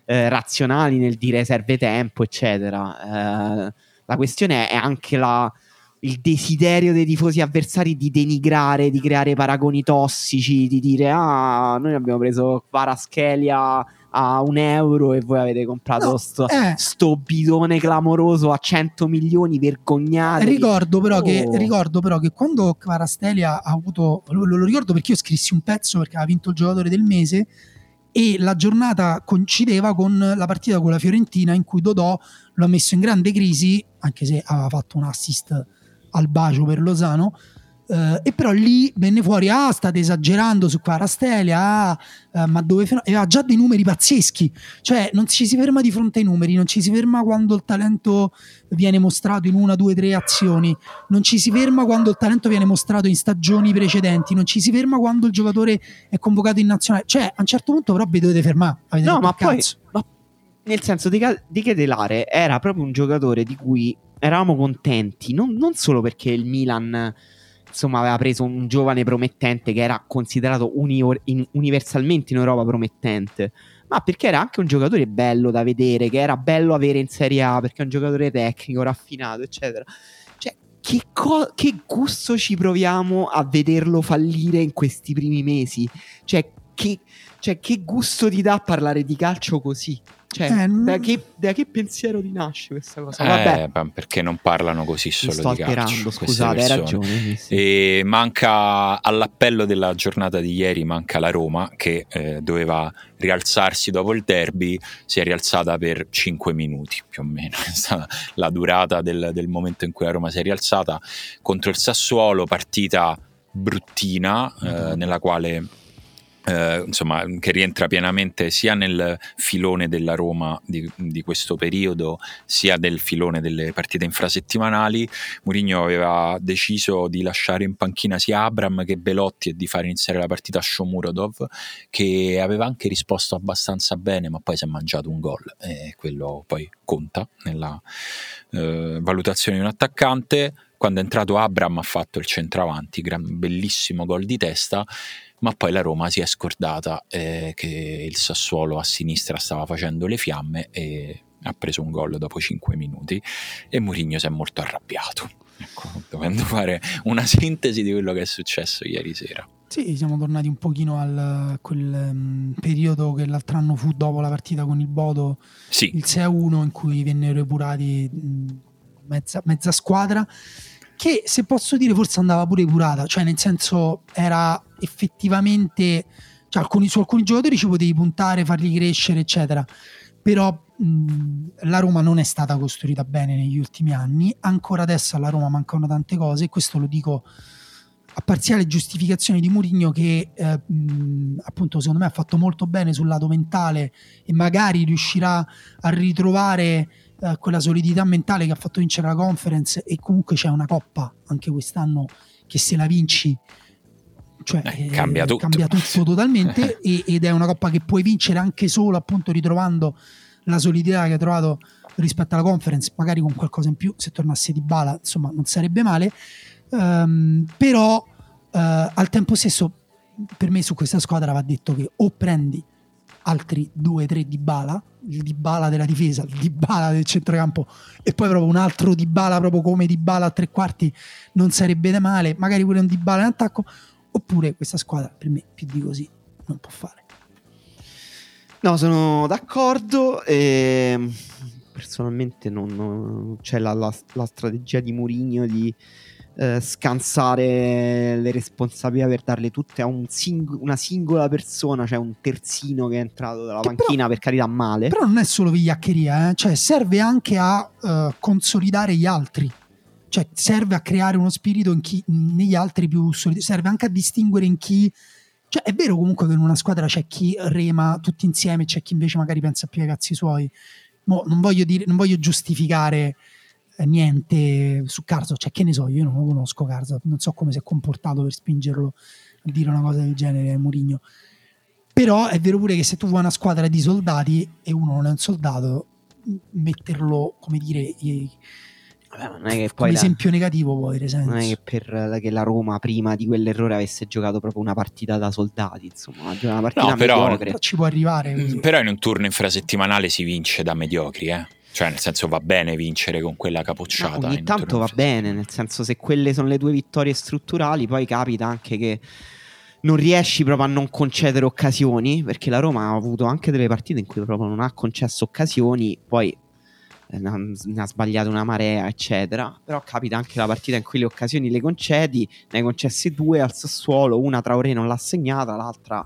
razionali nel dire serve tempo, eccetera. La questione è anche il desiderio dei tifosi avversari di denigrare, di creare paragoni tossici, di dire noi abbiamo preso Kvaratskhelia a €1 e voi avete comprato sto bidone clamoroso a 100 milioni, vergognati. Ricordo però che quando Kvaratskhelia ha avuto, lo ricordo perché io scrissi un pezzo perché aveva vinto il giocatore del mese e la giornata coincideva con la partita con la Fiorentina in cui Dodò lo ha messo in grande crisi, anche se aveva fatto un assist al bacio per Lozano, e però lì venne fuori state esagerando su Kvaratskhelia, ma dove aveva già dei numeri pazzeschi, cioè non ci si ferma di fronte ai numeri, non ci si ferma quando il talento viene mostrato in 1, 2, 3 azioni, non ci si ferma quando il talento viene mostrato in stagioni precedenti, non ci si ferma quando il giocatore è convocato in nazionale, cioè a un certo punto però vi dovete fermare. No, ma poi nel senso di Kedelare era proprio un giocatore di cui eravamo contenti, non solo perché il Milan insomma aveva preso un giovane promettente che era considerato universalmente in Europa promettente, ma perché era anche un giocatore bello da vedere, che era bello avere in Serie A, perché è un giocatore tecnico, raffinato, eccetera. Cioè, che gusto ci proviamo a vederlo fallire in questi primi mesi? Cioè, che gusto ti dà parlare di calcio così? Cioè, da che pensiero ti nasce questa cosa? Vabbè, perché non parlano così solo di calcio. Sto alterando, scusate, hai ragione. Sì. E manca, all'appello della giornata di ieri, manca la Roma che doveva rialzarsi dopo il derby, si è rialzata per 5 minuti più o meno, è stata la durata del momento in cui la Roma si è rialzata contro il Sassuolo, partita bruttina, nella quale insomma, che rientra pienamente sia nel filone della Roma di questo periodo, sia del filone delle partite infrasettimanali. Mourinho aveva deciso di lasciare in panchina sia Abraham che Belotti e di fare iniziare la partita Shomurodov, che aveva anche risposto abbastanza bene, ma poi si è mangiato un gol e quello poi conta nella valutazione di un attaccante. Quando è entrato Abraham ha fatto il centravanti, bellissimo gol di testa, ma poi la Roma si è scordata che il Sassuolo a sinistra stava facendo le fiamme e ha preso un gol dopo 5 minuti e Mourinho si è molto arrabbiato, ecco, dovendo fare una sintesi di quello che è successo ieri sera. Sì, siamo tornati un pochino a quel periodo che l'altro anno fu dopo la partita con il Bodo, sì. Il 6-1 in cui vennero epurati mezza squadra, che se posso dire forse andava pure epurata, cioè nel senso era effettivamente, cioè su alcuni giocatori ci potevi puntare, farli crescere eccetera, però la Roma non è stata costruita bene negli ultimi anni, ancora adesso alla Roma mancano tante cose e questo lo dico a parziale giustificazione di Mourinho che appunto secondo me ha fatto molto bene sul lato mentale e magari riuscirà a ritrovare quella solidità mentale che ha fatto vincere la Conference, e comunque c'è una coppa anche quest'anno che se la vinci cioè cambia tutto totalmente ed è una coppa che puoi vincere anche solo appunto ritrovando la solidità che hai trovato rispetto alla Conference, magari con qualcosa in più, se tornasse Dybala insomma non sarebbe male, però al tempo stesso per me su questa squadra va detto che o prendi altri 2-3 Dybala, il Dybala della difesa, il Dybala del centrocampo e poi proprio un altro Dybala proprio come Dybala a tre quarti non sarebbe da male, magari pure un Dybala in attacco, oppure questa squadra per me più di così non può fare. No, sono d'accordo e personalmente non c'è la strategia di Mourinho di scansare le responsabilità per darle tutte a una singola persona, cioè un terzino che è entrato dalla panchina, però, per carità male. Però non è solo vigliaccheria, cioè serve anche a consolidare gli altri, cioè serve a creare uno spirito negli altri più solidi, serve anche a distinguere in chi, cioè è vero comunque che in una squadra c'è chi rema tutti insieme, c'è chi invece magari pensa più ai cazzi suoi. Non voglio giustificare niente su Carso, cioè che ne so, io non lo conosco Carso, non so come si è comportato per spingerlo a dire una cosa del genere Mourinho, però è vero pure che se tu vuoi una squadra di soldati e uno non è un soldato, metterlo, come dire, Non è che poi come esempio negativo poi Resenso. Non è che che la Roma prima di quell'errore avesse giocato proprio una partita da soldati, insomma, una partita mediocre. Però ci può arrivare così. Però in un turno infrasettimanale si vince da mediocri, cioè nel senso va bene vincere con quella capocciata. Ogni tanto va bene, nel senso, se quelle sono le tue vittorie strutturali, poi capita anche che non riesci proprio a non concedere occasioni, perché la Roma ha avuto anche delle partite in cui proprio non ha concesso occasioni, poi ne ha sbagliato una marea, eccetera. Però capita anche la partita in cui le occasioni le concedi, ne hai concesse 2 al Sassuolo, una Traoré non l'ha segnata, l'altra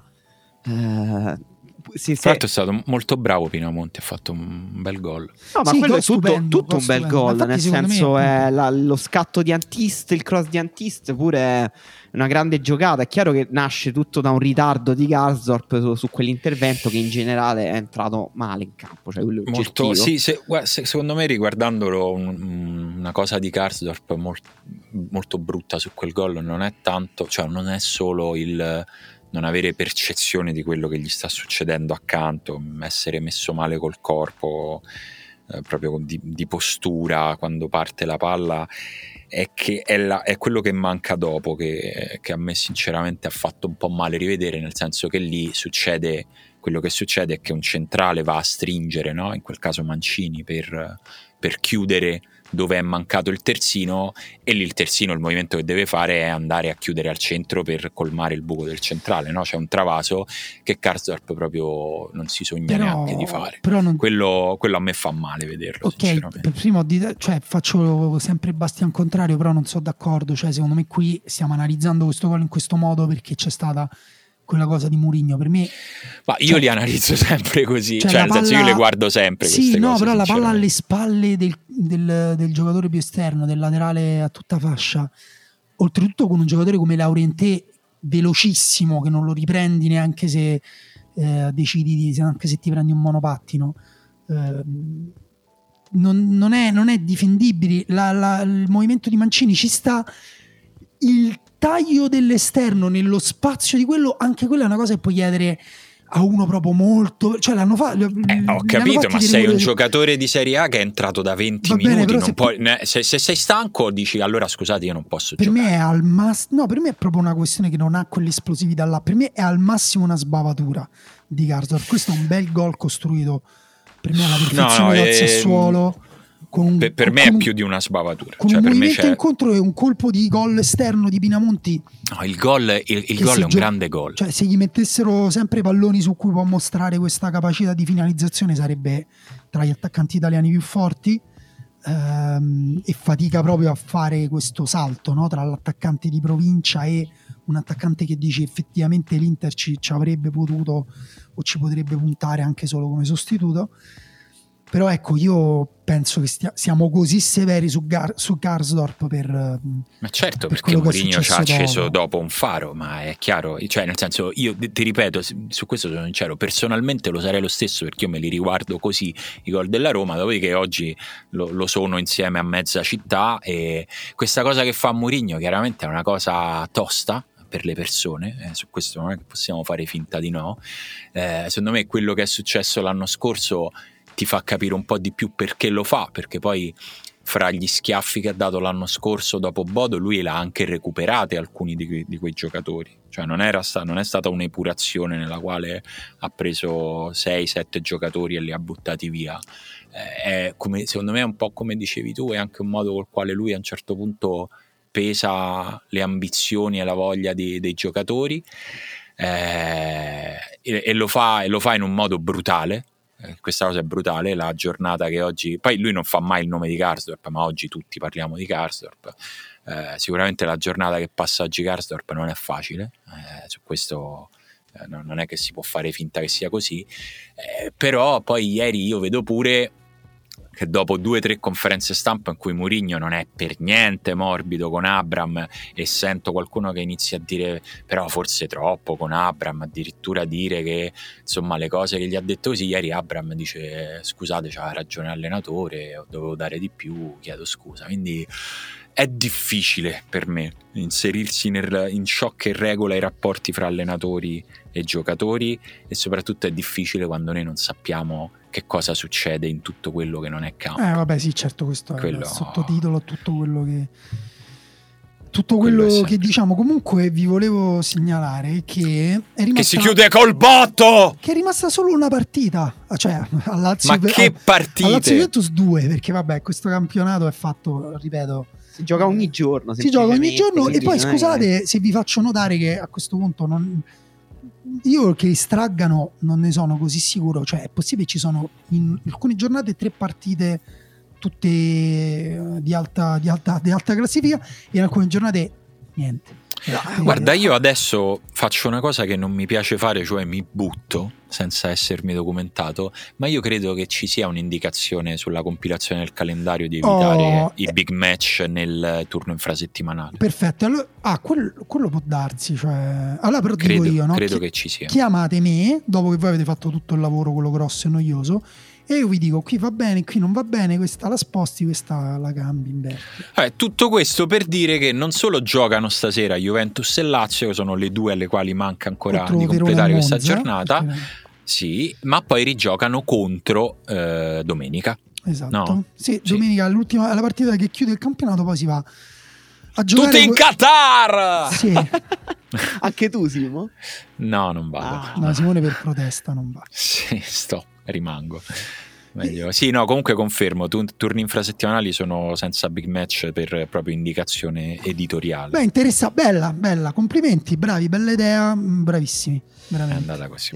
tra l'altro è stato molto bravo Pinamonti, ha fatto un bel gol. No, ma quello è tutto un bel gol, nel senso è lo scatto di Antist, il cross di Antist pure è una grande giocata. È chiaro che nasce tutto da un ritardo di Karsdorp su quell'intervento, che in generale è entrato male in campo, cioè quello molto, sì, secondo me riguardandolo una cosa di Karsdorp molto brutta su quel gol non è tanto, cioè non è solo il non avere percezione di quello che gli sta succedendo accanto, essere messo male col corpo, proprio di postura quando parte la palla, è che è quello che manca dopo, che a me sinceramente ha fatto un po' male rivedere, nel senso che lì succede quello che succede, è che un centrale va a stringere, no? In quel caso Mancini, per chiudere dove è mancato il terzino, e lì il terzino, il movimento che deve fare è andare a chiudere al centro per colmare il buco del centrale, no? C'è un travaso che Karsdorp proprio non si sogna neanche di fare, quello a me fa male vederlo, ok. Prima cioè, faccio sempre Bastian contrario, però non sono d'accordo, cioè secondo me qui stiamo analizzando questo gol in questo modo perché c'è stata quella cosa di Mourinho. Per me, ma io li analizzo sempre così, cioè nel senso io le guardo sempre queste cose, però la palla alle spalle del giocatore più esterno, del laterale a tutta fascia, oltretutto con un giocatore come Laurienté velocissimo, che non lo riprendi neanche se anche se ti prendi un monopattino, non è difendibile. Il movimento di Mancini ci sta, il taglio dell'esterno nello spazio di quello, anche quella è una cosa che puoi chiedere a uno proprio molto, cioè l'hanno fatto, ho capito, ma sei un giocatore di Serie A che è entrato da 20 minuti, non puoi, se sei stanco dici allora scusate io non posso giocare. Me è al no, per me è proprio una questione che non ha quell'esplosività là, per me è al massimo una sbavatura di Karsdorp. Questo è un bel gol costruito per me alla perfezione dal Sassuolo. Per me è più di una sbavatura, con un movimento incontro e un colpo di gol esterno di Pinamonti. No, il gol è un grande gol, cioè se gli mettessero sempre palloni su cui può mostrare questa capacità di finalizzazione sarebbe tra gli attaccanti italiani più forti, e fatica proprio a fare questo salto, no? Tra l'attaccante di provincia e un attaccante che dice effettivamente l'Inter ci avrebbe potuto o ci potrebbe puntare anche solo come sostituto. Però ecco, io penso che siamo così severi su Karsdorp ma certo, perché Mourinho ci ha acceso dopo un faro, ma è chiaro, cioè nel senso, io ti ripeto, su questo sono sincero, personalmente lo sarei lo stesso, perché io me li riguardo così i gol della Roma, dopodiché oggi lo sono insieme a mezza città, e questa cosa che fa Mourinho chiaramente è una cosa tosta per le persone, su questo non è che possiamo fare finta di no. Secondo me quello che è successo l'anno scorso ti fa capire un po' di più perché lo fa, perché poi fra gli schiaffi che ha dato l'anno scorso dopo Bodo lui l'ha anche recuperate alcuni di quei giocatori, cioè non è stata un'epurazione nella quale ha preso 6-7 giocatori e li ha buttati via. È come, secondo me è un po' come dicevi tu, è anche un modo col quale lui a un certo punto pesa le ambizioni e la voglia dei giocatori, e lo fa in un modo brutale. Questa cosa è brutale, la giornata che oggi, poi lui non fa mai il nome di Karsdorp, ma oggi tutti parliamo di Karsdorp, sicuramente la giornata che passa oggi Karsdorp non è facile, su questo non è che si può fare finta che sia così, però poi ieri io vedo pure che dopo 2 o 3 conferenze stampa in cui Mourinho non è per niente morbido con Abraham, e sento qualcuno che inizia a dire però forse troppo con Abraham, addirittura dire che insomma le cose che gli ha detto così, ieri Abraham dice scusate, c'ha ragione l'allenatore, dovevo dare di più, chiedo scusa, quindi è difficile per me inserirsi in ciò che regola i rapporti fra allenatori e giocatori, e soprattutto è difficile quando noi non sappiamo che cosa succede in tutto quello che non è campo. Vabbè, sì, certo, questo è il sottotitolo a tutto quello che diciamo. Comunque vi volevo segnalare che è rimasta, che si chiude col botto, che è rimasta solo una partita, cioè a Lazio, ma che partite? A Lazio Juventus 2, perché vabbè, questo campionato è fatto, ripeto, si gioca ogni giorno, e poi scusate se vi faccio notare che a questo punto io che estraggano non ne sono così sicuro, cioè è possibile ci sono in alcune giornate 3 partite tutte di alta classifica e in alcune giornate niente. Guarda, io adesso faccio una cosa che non mi piace fare, cioè mi butto senza essermi documentato, ma io credo che ci sia un'indicazione sulla compilazione del calendario di evitare i big match nel turno infrasettimanale. Perfetto, allora, quello può darsi, cioè, allora però dico io, no? Credo che ci sia. Chiamate me dopo che voi avete fatto tutto il lavoro, quello grosso e noioso, e io vi dico qui va bene, qui non va bene, questa la sposti, questa la cambi, inverti. Tutto questo per dire che non solo giocano stasera Juventus e Lazio, che sono le due alle quali manca ancora di completare questa giornata, sì, ma poi rigiocano contro domenica. Esatto, no? Sì, domenica l'ultima, la partita che chiude il campionato, poi si va a giocare. Tutti in Qatar! Sì. Anche tu, Simo? No, non vado. No, Simone per protesta non va. Sì, rimango. Meglio. Sì, no, comunque confermo, turni infrasettimanali sono senza big match per proprio indicazione editoriale. Beh, bella, complimenti, bravi, bella idea, bravissimi, veramente. È andata così.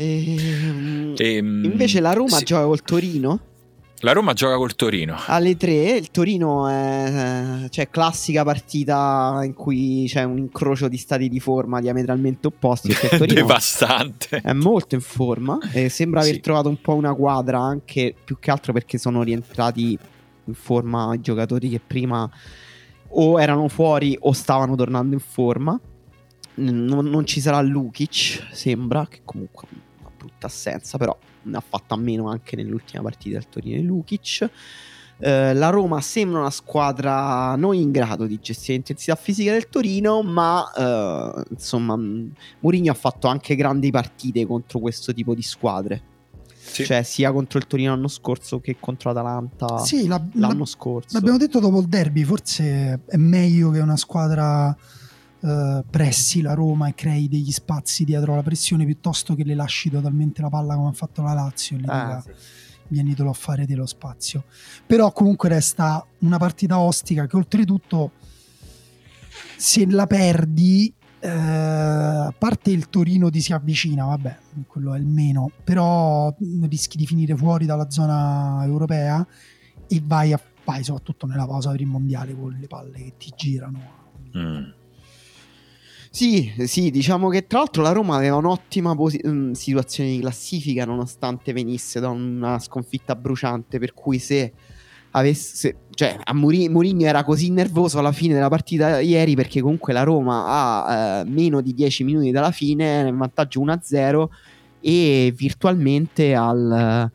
Invece la Roma gioca col Torino? La Roma gioca col Torino alle 3. Il Torino è classica partita in cui c'è un incrocio di stati di forma diametralmente opposti. Il Torino devastante, è molto in forma e sembra aver trovato un po' una quadra, anche più che altro perché sono rientrati in forma i giocatori che prima o erano fuori o stavano tornando in forma. Non ci sarà Lukic, sembra, che comunque è una brutta assenza, però ne ha fatto a meno anche nell'ultima partita del Torino di Lukic. La Roma sembra una squadra non in grado di gestire l'intensità fisica del Torino, ma insomma Mourinho ha fatto anche grandi partite contro questo tipo di squadre. Sì. Cioè sia contro il Torino l'anno scorso che contro l'Atalanta l'anno scorso. L'abbiamo detto dopo il derby, forse è meglio che una squadra pressi la Roma e crei degli spazi dietro la pressione, piuttosto che le lasci totalmente la palla come ha fatto la Lazio e gli dica vienitelo a fare dello spazio. Però comunque resta una partita ostica che oltretutto, se la perdi, a parte il Torino ti si avvicina, vabbè, quello è il meno, però rischi di finire fuori dalla zona europea e vai soprattutto nella pausa per il mondiale con le palle che ti girano. Sì, diciamo che tra l'altro la Roma aveva un'ottima situazione di classifica nonostante venisse da una sconfitta bruciante, per cui se avesse, cioè a Mourinho era così nervoso alla fine della partita ieri perché comunque la Roma ha meno di 10 minuti dalla fine, nel vantaggio 1-0 e virtualmente al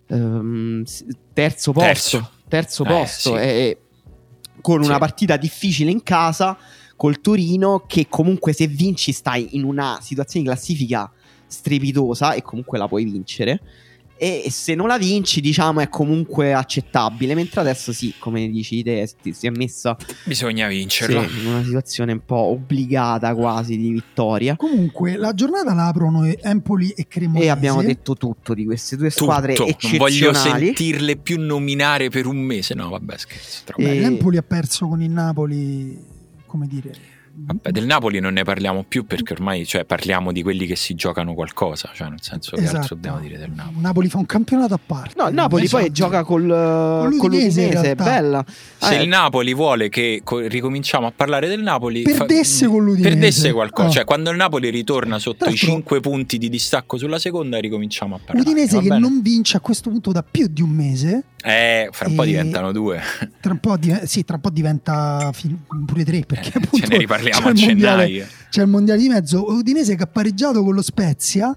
terzo posto e con una partita difficile in casa col Torino, che comunque se vinci stai in una situazione di classifica strepitosa e comunque la puoi vincere, e se non la vinci diciamo è comunque accettabile, mentre adesso sì, come dici te, si è messa, bisogna vincerla, in una situazione un po' obbligata quasi di vittoria. Comunque la giornata la aprono Empoli e Cremonese, e abbiamo detto tutto di queste due squadre eccezionali. Non voglio sentirle più nominare per un mese, no vabbè, scherzo. L'Empoli ha perso con il Napoli, come dire, vabbè, del Napoli non ne parliamo più perché ormai, cioè, parliamo di quelli che si giocano qualcosa, cioè nel senso che altro dobbiamo dire del Napoli. Napoli fa un campionato a parte. No, il Napoli poi gioca con l'Udinese, è bella. Se il Napoli vuole che ricominciamo a parlare del Napoli, perdesse con l'Udinese, perdesse qualcosa, cioè quando il Napoli ritorna sotto i 5 punti di distacco sulla seconda ricominciamo a parlare. L'Udinese che non vince a questo punto da più di un mese, fra un po' diventano 2, tra un po' diventa pure 3, perché appunto ce ne riparliamo a gennaio. C'è il mondiale di mezzo. Udinese che ha pareggiato con lo Spezia,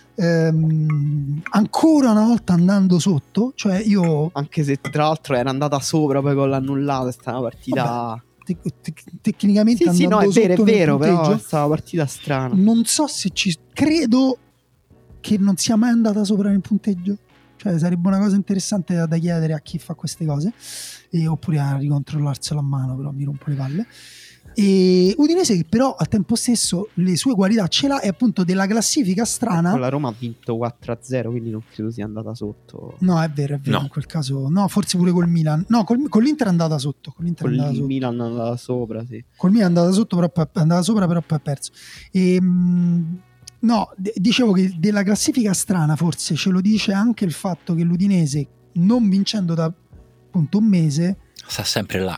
ancora una volta andando sotto, cioè io, anche se tra l'altro era andata sopra poi con l'annullato, è stata una partita. tecnicamente sì, andando sì, no, è vero, punteggio, però è stata una partita strana. Non so se credo che non sia mai andata sopra nel punteggio, cioè sarebbe una cosa interessante da chiedere a chi fa queste cose, oppure a ricontrollarselo a mano, però mi rompo le palle. E Udinese che però al tempo stesso le sue qualità ce l'ha, è appunto della classifica strana. Con la Roma ha vinto 4-0, quindi non credo sia andata sotto. No, è vero, no. In quel caso no, forse pure col Milan. No, con l'Inter è andata sotto. Con il Milan è andata sopra, sì. Col Milan è andata sotto, però è andata sopra, però poi ha perso. No, dicevo che della classifica strana forse ce lo dice anche il fatto che l'Udinese, non vincendo da appunto un mese, sta sempre là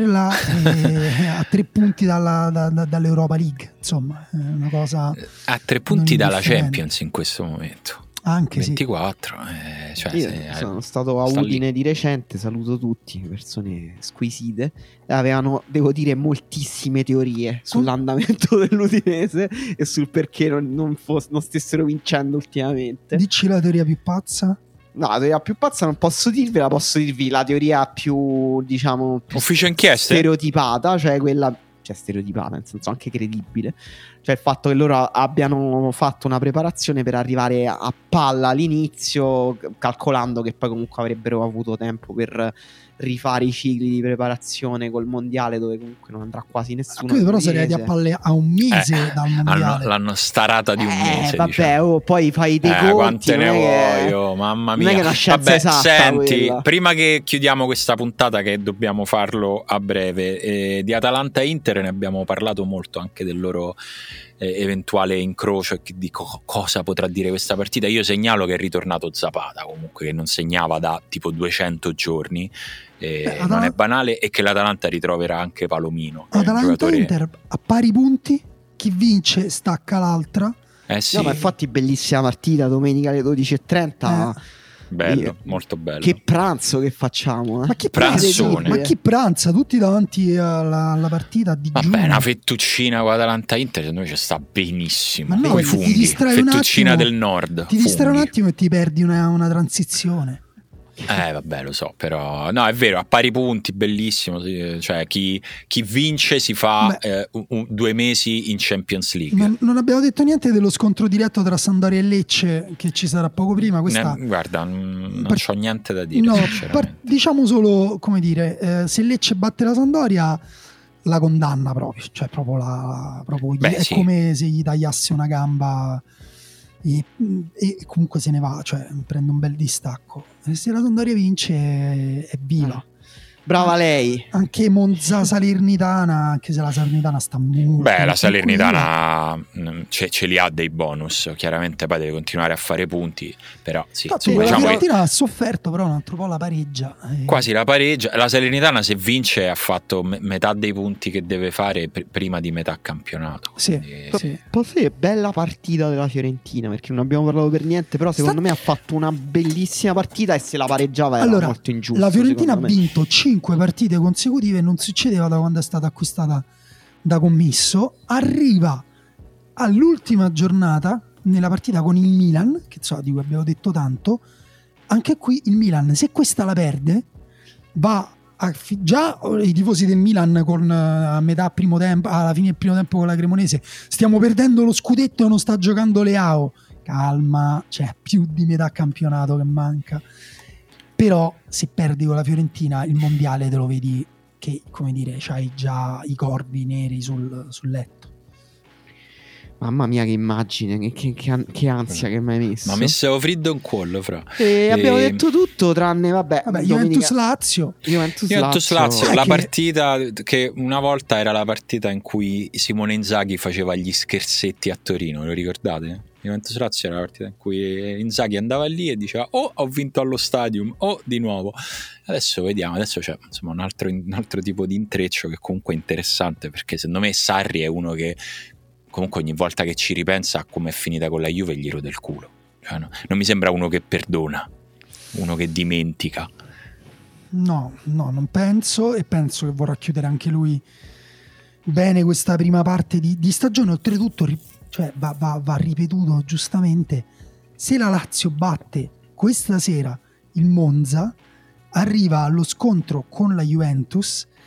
a 3 punti dall'Europa League, insomma, è una cosa a 3 punti dalla Champions in questo momento, anche 24 sì. Cioè, io sono stato a Udine di recente, saluto tutti, persone squisite, avevano, devo dire, moltissime teorie sull'andamento dell'Udinese e sul perché non stessero vincendo ultimamente. Dici la teoria più pazza? No, la teoria più pazza non posso dirvela, posso dirvi la teoria più, diciamo, più ufficio inchieste, stereotipata, cioè quella, cioè stereotipata nel senso anche credibile, cioè il fatto che loro abbiano fatto una preparazione per arrivare a palla all'inizio, calcolando che poi comunque avrebbero avuto tempo per rifare i cicli di preparazione col mondiale, dove comunque non andrà quasi nessuno. Però sarei arrivati a palle a un mese dal mondiale. L'hanno starata di un mese. Vabbè, diciamo. Poi fai dei conti. Quante ne vuoi, mamma mia. Non è che è una scienza esatta, senti, quella. Prima che chiudiamo questa puntata, che dobbiamo farlo a breve, di Atalanta e Inter ne abbiamo parlato molto, anche del loro eventuale incrocio e di cosa potrà dire questa partita. Io segnalo che è ritornato Zapata, comunque, che non segnava da tipo 200 giorni. Non è banale, e che l'Atalanta ritroverà anche Palomino. Atalanta Inter a pari punti, chi vince stacca l'altra. Sì. No, ma infatti bellissima partita domenica alle 12:30. Bello, molto bello. Che pranzo che facciamo, Ma chi pranzone? Ma chi pranza? Tutti davanti alla partita di Vabbè, una fettuccina con Atalanta Inter secondo me ci sta benissimo. Ma no, con i funghi, fettuccina del nord. Ti distrai un attimo e ti perdi una transizione. Vabbè, lo so, però no, è vero, a pari punti, bellissimo, cioè chi vince si fa 2 mesi in Champions League. Non abbiamo detto niente dello scontro diretto tra Sampdoria e Lecce, che ci sarà poco prima. Guarda, non c'ho niente da dire, no, sinceramente. diciamo solo, come dire, se Lecce batte la Sampdoria la condanna proprio, cioè proprio è sì. come se gli tagliasse una gamba e comunque se ne va, cioè prende un bel distacco. E se la Sampdoria vince è viva. Brava lei. Anche Monza Salernitana, anche se la Salernitana sta molto. Beh, la Salernitana ce li ha dei bonus, chiaramente poi deve continuare a fare punti, però sì, la Fiorentina ha sofferto, però un altro po' la pareggia. Quasi la pareggia. La Salernitana, se vince, ha fatto metà dei punti che deve fare prima di metà campionato. Sì. Posso dire, bella partita della Fiorentina, perché non abbiamo parlato per niente, però secondo me ha fatto una bellissima partita, e se la pareggiava era molto ingiusto. La Fiorentina ha vinto 5 partite consecutive, non succedeva da quando è stata acquistata da Commisso. Arriva all'ultima giornata nella partita con il Milan, che di cui abbiamo detto tanto. Anche qui il Milan, se questa la perde, va già i tifosi del Milan con a metà primo tempo, alla fine del primo tempo con la Cremonese, stiamo perdendo lo scudetto e non sta giocando Leao. Calma, c'è più di metà campionato che manca. Però se perdi con la Fiorentina il mondiale te lo vedi che, come dire, c'hai già i corvi neri sul letto. Mamma mia, che immagine, che ansia che mi hai messo. Ma messo freddo in collo, fra. Abbiamo detto tutto tranne, vabbè Juventus-Lazio. Juventus-Lazio, la partita che una volta era la partita in cui Simone Inzaghi faceva gli scherzetti a Torino, lo ricordate? Juventus-Lazio era la partita in cui Inzaghi andava lì e diceva ho vinto allo Stadium, di nuovo. Adesso vediamo, adesso c'è insomma un altro tipo di intreccio che comunque è interessante, perché secondo me Sarri è uno che comunque ogni volta che ci ripensa a come è finita con la Juve gli rode il culo, cioè, no? Non mi sembra uno che perdona, uno che dimentica. No, non penso, e penso che vorrà chiudere anche lui bene questa prima parte di stagione. Oltretutto, cioè, va ripetuto giustamente, se la Lazio batte questa sera il Monza, arriva allo scontro con la Juventus,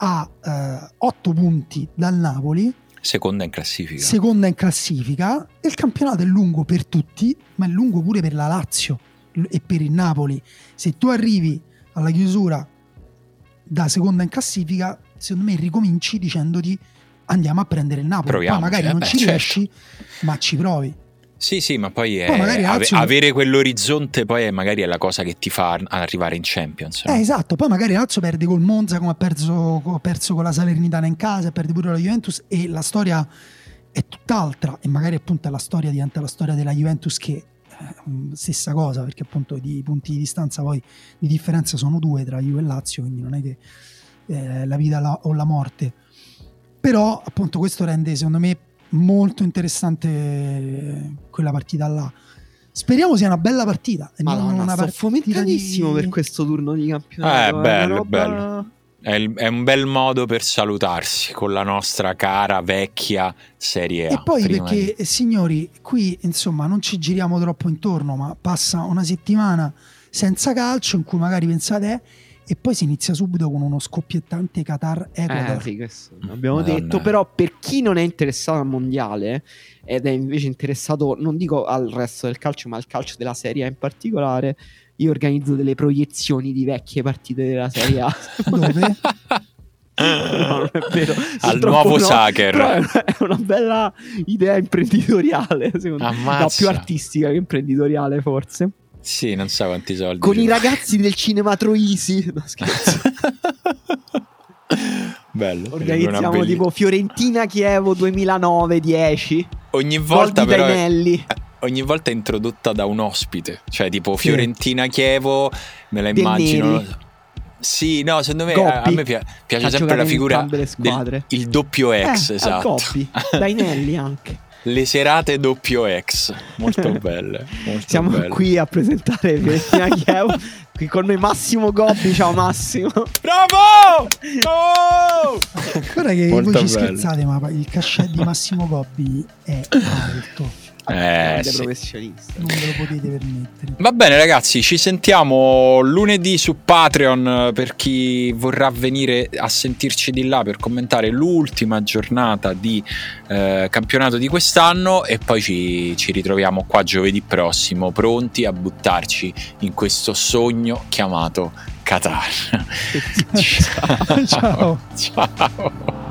a 8 punti dal Napoli, seconda in classifica, e il campionato è lungo per tutti, ma è lungo pure per la Lazio e per il Napoli. Se tu arrivi alla chiusura da seconda in classifica, secondo me ricominci dicendoti andiamo a prendere il Napoli. Proviamoci. Poi magari non ci riesci, ma ci provi. Sì, ma poi avere quell'orizzonte poi magari è la cosa che ti fa arrivare in Champions. Esatto, poi magari Lazio perde col Monza come ha perso con la Salernitana in casa, perde pure la Juventus e la storia è tutt'altra, e magari appunto diventa la storia della Juventus che stessa cosa, perché appunto di punti di distanza poi di differenza sono 2 tra Juve e Lazio, quindi non è che la vita o la morte. Però appunto questo rende secondo me molto interessante quella partita là. Speriamo sia una bella partita e non una partita fomentatissimo per questo turno di campionato. Bello. È un bel modo per salutarsi con la nostra cara vecchia Serie A. E poi perché signori, qui insomma non ci giriamo troppo intorno, ma passa una settimana senza calcio in cui magari pensate e poi si inizia subito con uno scoppiettante Qatar-Ecuador. Sì, questo abbiamo detto. Però per chi non è interessato al mondiale ed è invece interessato, non dico al resto del calcio, ma al calcio della Serie A in particolare, io organizzo delle proiezioni di vecchie partite della Serie A. Dove? No, non è vero. Al nuovo Sacher. È una bella idea imprenditoriale, secondo me. No, più artistica che imprenditoriale, forse. Sì, non so quanti soldi. Con i ragazzi del cinema Troisi. No, scherzo. Bello. Organizziamo tipo Fiorentina-Chievo 2009-10. Ogni volta però ogni volta è introdotta da un ospite. Cioè tipo Fiorentina-Chievo, me la immagino. Sì, no, secondo me a me piace sempre la figura il doppio ex, esatto. Gobbi, Dainelli anche. Le serate doppio ex, molto belle. Siamo qui a presentare Fiorentina Chievo. Qui con noi Massimo Gobbi. Ciao Massimo. Bravo! Oh! Guarda che voi ci scherzate, ma il cachet di Massimo Gobbi è alto. Sì. Professionista. Non ve lo potete permettere. Va bene ragazzi, ci sentiamo lunedì su Patreon per chi vorrà venire a sentirci di là per commentare l'ultima giornata di campionato di quest'anno, e poi ci ritroviamo qua giovedì prossimo pronti a buttarci in questo sogno chiamato Qatar. Ciao. Ciao.